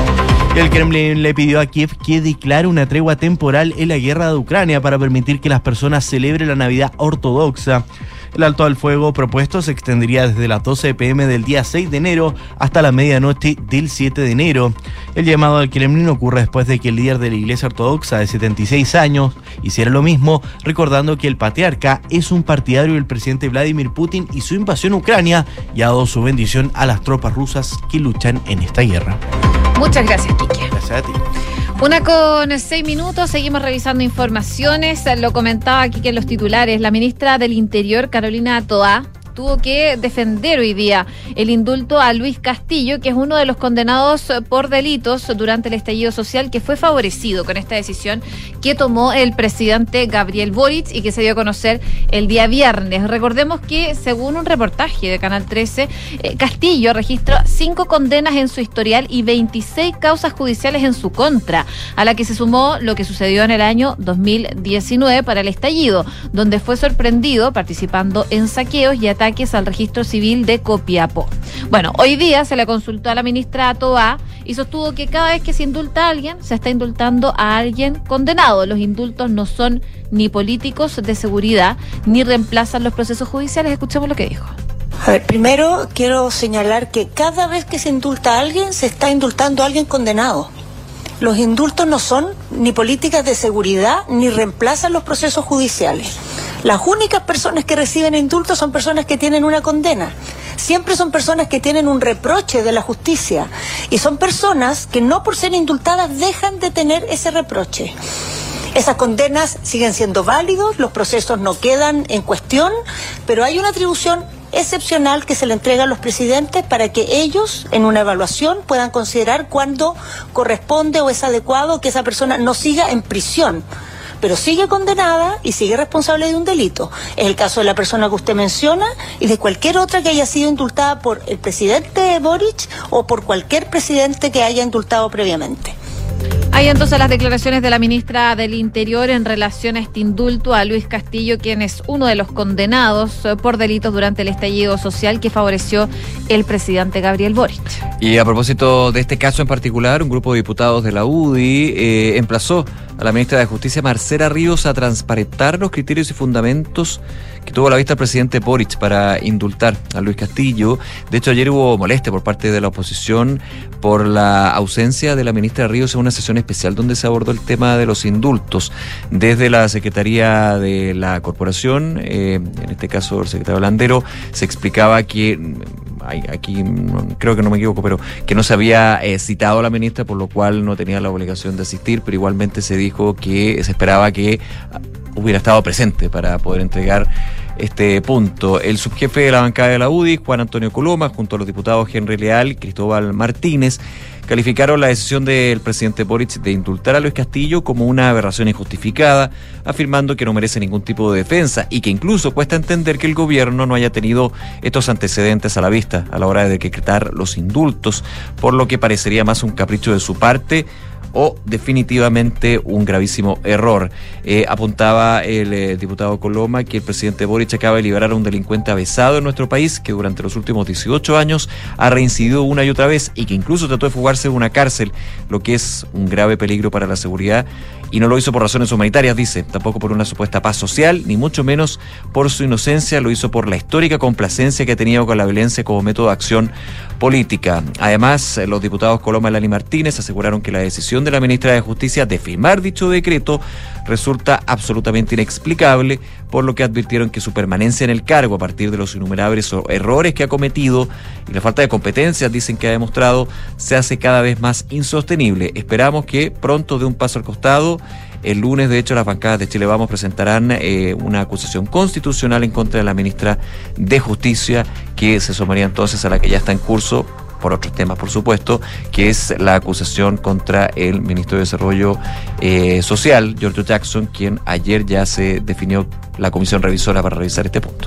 El Kremlin le pidió a Kiev que declare una tregua temporal en la guerra de Ucrania para permitir que las personas celebren la Navidad ortodoxa. El alto al fuego propuesto se extendería desde las 12 p.m. del día 6 de enero hasta la medianoche del 7 de enero. El llamado al Kremlin ocurre después de que el líder de la Iglesia Ortodoxa de 76 años hiciera lo mismo, recordando que el patriarca es un partidario del presidente Vladimir Putin y su invasión a Ucrania, y ha dado su bendición a las tropas rusas que luchan en esta guerra. Muchas gracias, Quique. Gracias a ti. 1:06, seguimos revisando informaciones. Lo comentaba aquí que en los titulares, la ministra del Interior, Carolina Toá, tuvo que defender hoy día el indulto a Luis Castillo, que es uno de los condenados por delitos durante el estallido social, que fue favorecido con esta decisión que tomó el presidente Gabriel Boric y que se dio a conocer el día viernes. Recordemos que, según un reportaje de Canal 13, Castillo registró 5 condenas en su historial y 26 causas judiciales en su contra, a la que se sumó lo que sucedió en el año 2019 para el estallido, donde fue sorprendido participando en saqueos y ataques al registro civil de Copiapó. Bueno, hoy día se le consultó a la ministra Toá y sostuvo que cada vez que se indulta a alguien, se está indultando a alguien condenado. Los indultos no son ni políticos de seguridad, ni reemplazan los procesos judiciales. Escuchemos lo que dijo. A ver, primero quiero señalar que cada vez que se indulta a alguien, se está indultando a alguien condenado. Los indultos no son ni políticas de seguridad, ni reemplazan los procesos judiciales. Las únicas personas que reciben indultos son personas que tienen una condena. Siempre son personas que tienen un reproche de la justicia. Y son personas que no por ser indultadas dejan de tener ese reproche. Esas condenas siguen siendo válidos, los procesos no quedan en cuestión, pero hay una atribución excepcional que se le entrega a los presidentes para que ellos, en una evaluación, puedan considerar cuándo corresponde o es adecuado que esa persona no siga en prisión, pero sigue condenada y sigue responsable de un delito. Es el caso de la persona que usted menciona y de cualquier otra que haya sido indultada por el presidente Boric o por cualquier presidente que haya indultado previamente. Hay entonces las declaraciones de la ministra del Interior en relación a este indulto a Luis Castillo, quien es uno de los condenados por delitos durante el estallido social que favoreció el presidente Gabriel Boric. Y a propósito de este caso en particular, un grupo de diputados de la UDI emplazó a la ministra de Justicia, Marcela Ríos, a transparentar los criterios y fundamentos que tuvo a la vista el presidente Boric para indultar a Luis Castillo. De hecho, ayer hubo molestia por parte de la oposición por la ausencia de la ministra Ríos en una sesión especial donde se abordó el tema de los indultos. Desde la Secretaría de la Corporación, en este caso el secretario Landero, se explicaba que aquí creo que no me equivoco, pero que no se había citado a la ministra, por lo cual no tenía la obligación de asistir, pero igualmente se dijo que se esperaba que hubiera estado presente para poder entregar este punto. El subjefe de la bancada de la UDI, Juan Antonio Coloma, junto a los diputados Henry Leal y Cristóbal Martínez, calificaron la decisión del presidente Boric de indultar a Luis Castillo como una aberración injustificada, afirmando que no merece ningún tipo de defensa y que incluso cuesta entender que el gobierno no haya tenido estos antecedentes a la vista a la hora de decretar los indultos, por lo que parecería más un capricho de su parte o definitivamente un gravísimo error. Apuntaba el diputado Coloma que el presidente Boric acaba de liberar a un delincuente avesado en nuestro país que durante los últimos 18 años ha reincidido una y otra vez y que incluso trató de fugarse de una cárcel, lo que es un grave peligro para la seguridad, y no lo hizo por razones humanitarias, dice, tampoco por una supuesta paz social, ni mucho menos por su inocencia, lo hizo por la histórica complacencia que ha tenido con la violencia como método de acción política. Además, los diputados Coloma y Lali Martínez aseguraron que la decisión de la ministra de Justicia de firmar dicho decreto resulta absolutamente inexplicable, por lo que advirtieron que su permanencia en el cargo a partir de los innumerables errores que ha cometido y la falta de competencias, dicen, que ha demostrado, se hace cada vez más insostenible. Esperamos que pronto dé un paso al costado. El lunes, de hecho, las bancadas de Chile Vamos presentarán una acusación constitucional en contra de la ministra de Justicia, que se sumaría entonces a la que ya está en curso por otros temas, por supuesto, que es la acusación contra el ministro de Desarrollo Social, Giorgio Jackson, quien ayer ya se definió la comisión revisora para revisar este punto.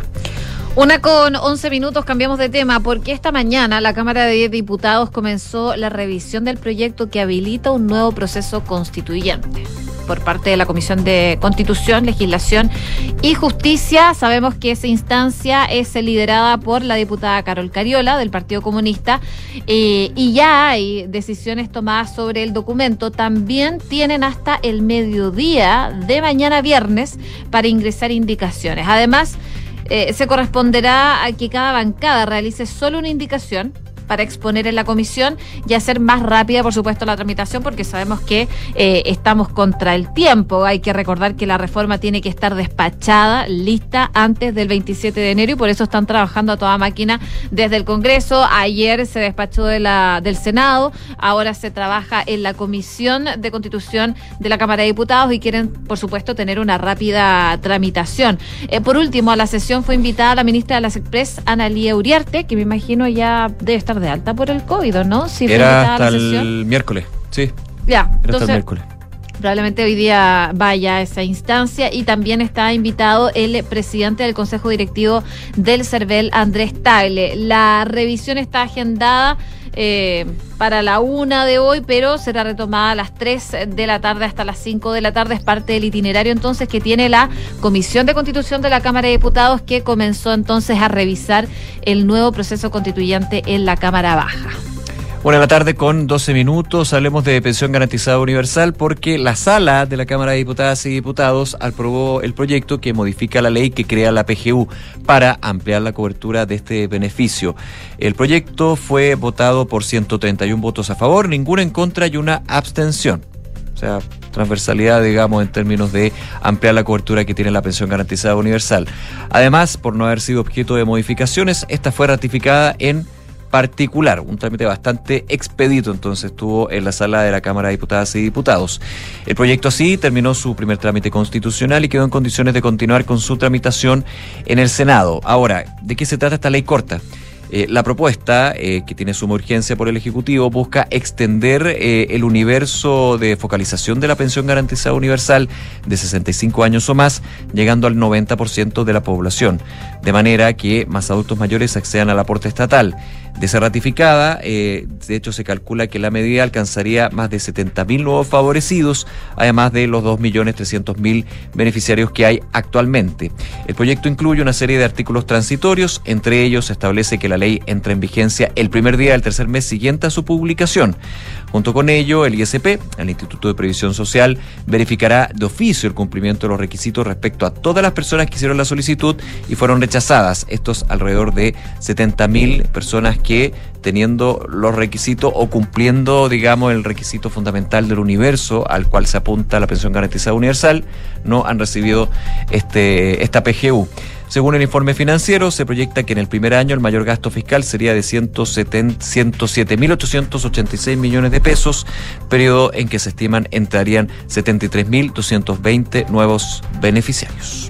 1:11, cambiamos de tema, porque esta mañana la Cámara de Diputados comenzó la revisión del proyecto que habilita un nuevo proceso constituyente. Por parte de la Comisión de Constitución, Legislación y Justicia, sabemos que esa instancia es liderada por la diputada Carol Cariola, del Partido Comunista, y ya hay decisiones tomadas sobre el documento. También tienen hasta el mediodía de mañana viernes para ingresar indicaciones. Además, se corresponderá a que cada bancada realice solo una indicación para exponer en la comisión y hacer más rápida, por supuesto, la tramitación, porque sabemos que estamos contra el tiempo. Hay que recordar que la reforma tiene que estar despachada, lista, antes del 27 de enero y por eso están trabajando a toda máquina desde el Congreso. Ayer se despachó del Senado, ahora se trabaja en la Comisión de Constitución de la Cámara de Diputados y quieren, por supuesto, tener una rápida tramitación. Por último, a la sesión fue invitada la ministra de las Express, Ana Lía Uriarte, que me imagino ya debe estar de alta por el COVID, ¿no? Sí, era hasta el miércoles, sí. Ya, era entonces, hasta el miércoles. Probablemente hoy día vaya a esa instancia y también está invitado el presidente del Consejo Directivo del CERVEL, Andrés Tagle. La revisión está agendada para la 1 de hoy, pero será retomada a las 3 de la tarde hasta las 5 de la tarde. Es parte del itinerario entonces que tiene la Comisión de Constitución de la Cámara de Diputados, que comenzó entonces a revisar el nuevo proceso constituyente en la Cámara Baja. 1:12. Hablemos de pensión garantizada universal porque la sala de la Cámara de Diputadas y Diputados aprobó el proyecto que modifica la ley que crea la PGU para ampliar la cobertura de este beneficio. El proyecto fue votado por 131 votos a favor, ninguno en contra y una abstención. O sea, transversalidad, digamos, en términos de ampliar la cobertura que tiene la pensión garantizada universal. Además, por no haber sido objeto de modificaciones, esta fue ratificada en particular, un trámite bastante expedito entonces estuvo en la sala de la Cámara de Diputadas y Diputados. El proyecto así terminó su primer trámite constitucional y quedó en condiciones de continuar con su tramitación en el Senado. Ahora, ¿de qué se trata esta ley corta? La propuesta, que tiene suma urgencia por el Ejecutivo, busca extender el universo de focalización de la pensión garantizada universal de 65 años o más, llegando al 90% de la población, de manera que más adultos mayores accedan al aporte estatal. De ser ratificada, de hecho se calcula que la medida alcanzaría más de 70.000 nuevos favorecidos, además de los 2.300.000 beneficiarios que hay actualmente. El proyecto incluye una serie de artículos transitorios, entre ellos se establece que la ley entra en vigencia el primer día del tercer mes siguiente a su publicación. Junto con ello, el ISP, el Instituto de Previsión Social, verificará de oficio el cumplimiento de los requisitos respecto a todas las personas que hicieron la solicitud y fueron rechazadas. Estos alrededor de 70.000 personas que, teniendo los requisitos o cumpliendo, digamos, el requisito fundamental del universo al cual se apunta la pensión garantizada universal, no han recibido esta PGU. Según el informe financiero, se proyecta que en el primer año el mayor gasto fiscal sería de 107.886 millones de pesos, periodo en que se estiman entrarían 73.220 nuevos beneficiarios.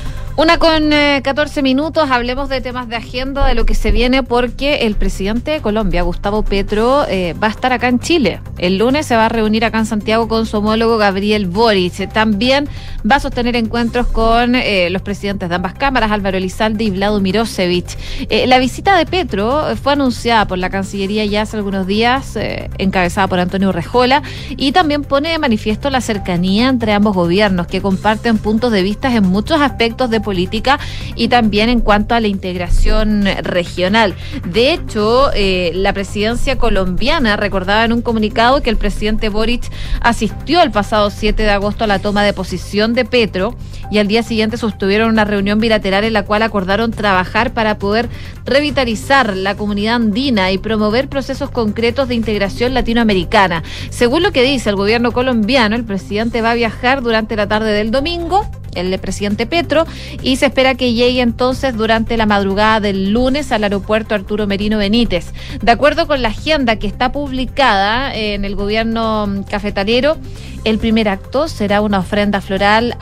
1:14, hablemos de temas de agenda, de lo que se viene, porque el presidente de Colombia, Gustavo Petro, va a estar acá en Chile. El lunes se va a reunir acá en Santiago con su homólogo Gabriel Boric. También va a sostener encuentros con los presidentes de ambas cámaras, Álvaro Elizalde y Vlado Mirosevic. La visita de Petro fue anunciada por la Cancillería ya hace algunos días, encabezada por Antonio Urrejola, y también pone de manifiesto la cercanía entre ambos gobiernos, que comparten puntos de vista en muchos aspectos de política y también en cuanto a la integración regional. De hecho, la presidencia colombiana recordaba en un comunicado que el presidente Boric asistió el pasado 7 de agosto a la toma de posición de Petro y al día siguiente sostuvieron una reunión bilateral en la cual acordaron trabajar para poder revitalizar la comunidad andina y promover procesos concretos de integración latinoamericana. Según lo que dice el gobierno colombiano, el presidente va a viajar durante la tarde del domingo, el presidente Petro, y se espera que llegue entonces durante la madrugada del lunes al aeropuerto Arturo Merino Benítez. De acuerdo con la agenda que está publicada en el gobierno cafetalero, el primer acto será una ofrenda floral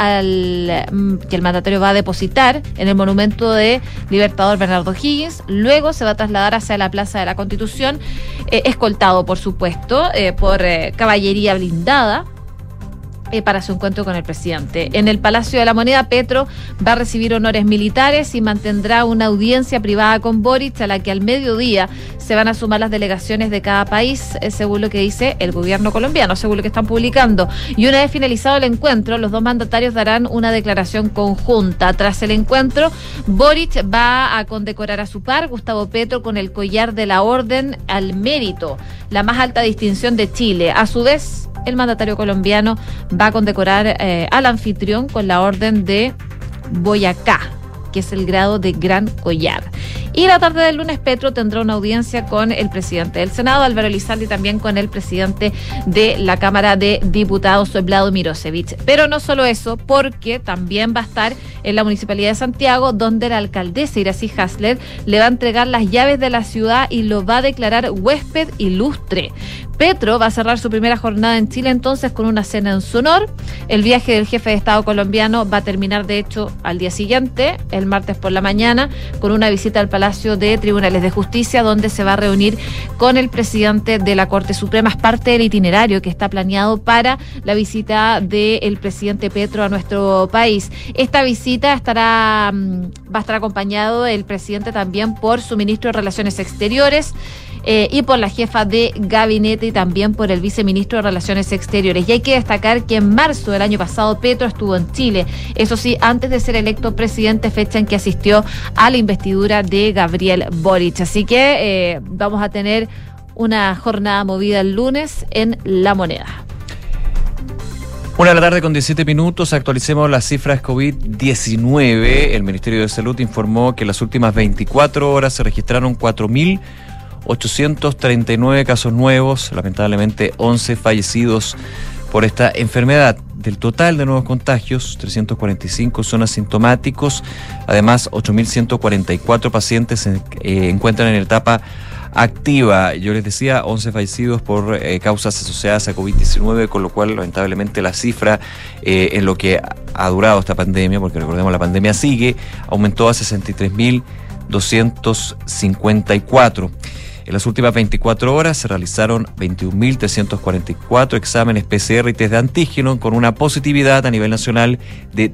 que el mandatario va a depositar en el monumento de Libertador Bernardo Higgins. Luego se va a trasladar hacia la Plaza de la Constitución, escoltado, por supuesto, por caballería blindada, para su encuentro con el presidente. En el Palacio de la Moneda, Petro va a recibir honores militares y mantendrá una audiencia privada con Boric, a la que al mediodía se van a sumar las delegaciones de cada país, según lo que dice el gobierno colombiano, según lo que están publicando. Y una vez finalizado el encuentro, los dos mandatarios darán una declaración conjunta. Tras el encuentro, Boric va a condecorar a su par, Gustavo Petro, con el collar de la Orden al Mérito, la más alta distinción de Chile. A su vez, el mandatario colombiano va a condecorar al anfitrión con la Orden de Boyacá, que es el grado de Gran Collar. Y la tarde del lunes, Petro tendrá una audiencia con el presidente del Senado, Álvaro Elizalde, y también con el presidente de la Cámara de Diputados, Vlado Mirosevic. Pero no solo eso, porque también va a estar en la Municipalidad de Santiago, donde la alcaldesa Iracy Hasler le va a entregar las llaves de la ciudad y lo va a declarar huésped ilustre. Petro va a cerrar su primera jornada en Chile entonces con una cena en su honor. El viaje del jefe de Estado colombiano va a terminar, de hecho, al día siguiente, el martes por la mañana, con una visita al Palacio de Tribunales de Justicia, donde se va a reunir con el presidente de la Corte Suprema. Es parte del itinerario que está planeado para la visita del presidente Petro a nuestro país. Esta visita va a estar acompañado el presidente también por su ministro de Relaciones Exteriores, y por la jefa de gabinete y también por el viceministro de Relaciones Exteriores. Y hay que destacar que en marzo del año pasado Petro estuvo en Chile, eso sí, antes de ser electo presidente, fecha en que asistió a la investidura de Gabriel Boric. Así que vamos a tener una jornada movida el lunes en La Moneda. 1:17 actualicemos las cifras COVID-19. El Ministerio de Salud informó que en las últimas 24 horas se registraron 4.839 casos nuevos, lamentablemente 11 fallecidos por esta enfermedad. Del total de nuevos contagios, 345 son asintomáticos, además 8.144 pacientes se encuentran en etapa activa. Yo les decía, 11 fallecidos por causas asociadas a COVID-19, con lo cual lamentablemente la cifra en lo que ha durado esta pandemia, porque recordemos la pandemia sigue, aumentó a 63.000 254. En las últimas 24 horas se realizaron 21.344 exámenes PCR y test de antígeno con una positividad a nivel nacional de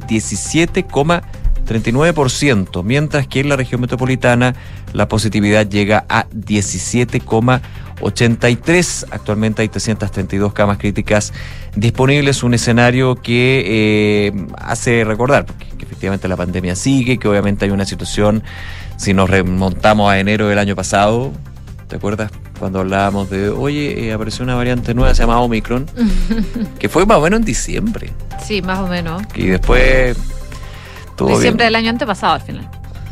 17,39%, mientras que en la región metropolitana la positividad llega a 17,83%. Actualmente hay 332 camas críticas disponibles, un escenario que hace recordar que efectivamente la pandemia sigue, que obviamente hay una situación, si nos remontamos a enero del año pasado, ¿te acuerdas cuando hablábamos de, oye, apareció una variante nueva, se llama Omicron, que fue más o menos en diciembre? Sí, más o menos. Y después... Diciembre del año antepasado, al final.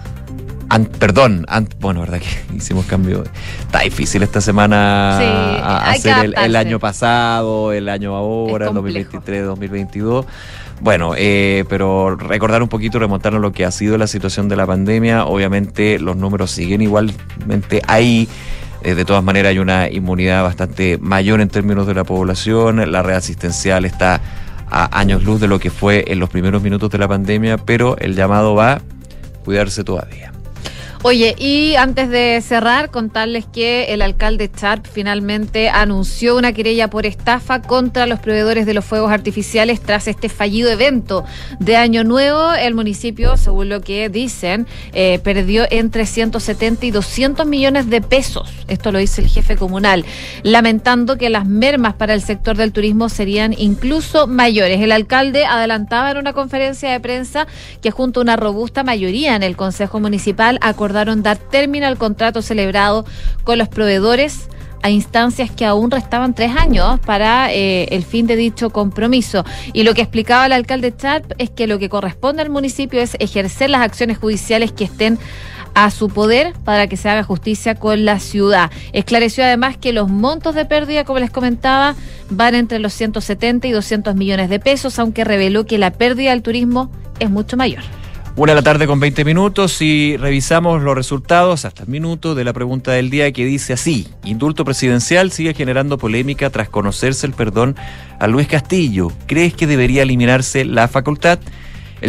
Bueno, verdad que hicimos cambio. Está difícil esta semana hacer el año pasado, el año ahora, el 2023, 2022. Bueno, pero recordar un poquito, remontarnos lo que ha sido la situación de la pandemia. Obviamente los números siguen igualmente ahí. De todas maneras hay una inmunidad bastante mayor en términos de la población. La red asistencial está a años luz de lo que fue en los primeros minutos de la pandemia, pero el llamado va a cuidarse todavía. Oye, y antes de cerrar, contarles que el alcalde Charp finalmente anunció una querella por estafa contra los proveedores de los fuegos artificiales tras este fallido evento de Año Nuevo. El municipio, según lo que dicen, perdió entre 170 y 200 millones de pesos. Esto lo dice el jefe comunal, lamentando que las mermas para el sector del turismo serían incluso mayores. El alcalde adelantaba en una conferencia de prensa que junto a una robusta mayoría en el Consejo Municipal acordaron dar término al contrato celebrado con los proveedores a instancias que aún restaban 3 años para el fin de dicho compromiso. Y lo que explicaba el alcalde Charp es que lo que corresponde al municipio es ejercer las acciones judiciales que estén a su poder para que se haga justicia con la ciudad. Esclareció además que los montos de pérdida, como les comentaba, van entre los 170 y 200 millones de pesos, aunque reveló que la pérdida del turismo es mucho mayor. 1:20 p.m. y revisamos los resultados hasta el minuto de la pregunta del día, que dice así: indulto presidencial sigue generando polémica tras conocerse el perdón a Luis Castillo. ¿Crees que debería eliminarse la facultad? El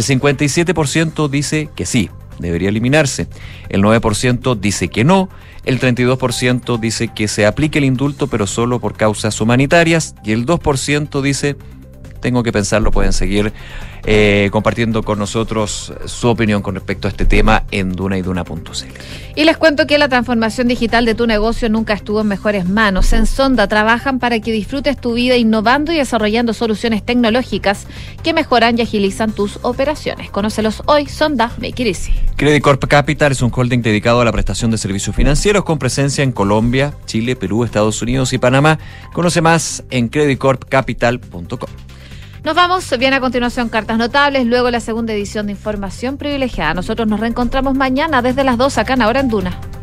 57% dice que sí, debería eliminarse. El 9% dice que no. El 32% dice que se aplique el indulto, pero solo por causas humanitarias. Y el 2% dice: tengo que pensarlo. Pueden seguir compartiendo con nosotros su opinión con respecto a este tema en Duna y Duna.cl. Y les cuento que la transformación digital de tu negocio nunca estuvo en mejores manos. En Sonda trabajan para que disfrutes tu vida innovando y desarrollando soluciones tecnológicas que mejoran y agilizan tus operaciones. Conócelos hoy. Sonda, make it easy. Credit Corp Capital es un holding dedicado a la prestación de servicios financieros con presencia en Colombia, Chile, Perú, Estados Unidos y Panamá. Conoce más en creditcorpcapital.com. Nos vamos, viene a continuación Cartas Notables, luego la segunda edición de Información Privilegiada. Nosotros nos reencontramos mañana desde las 2 acá en Ahora en Duna.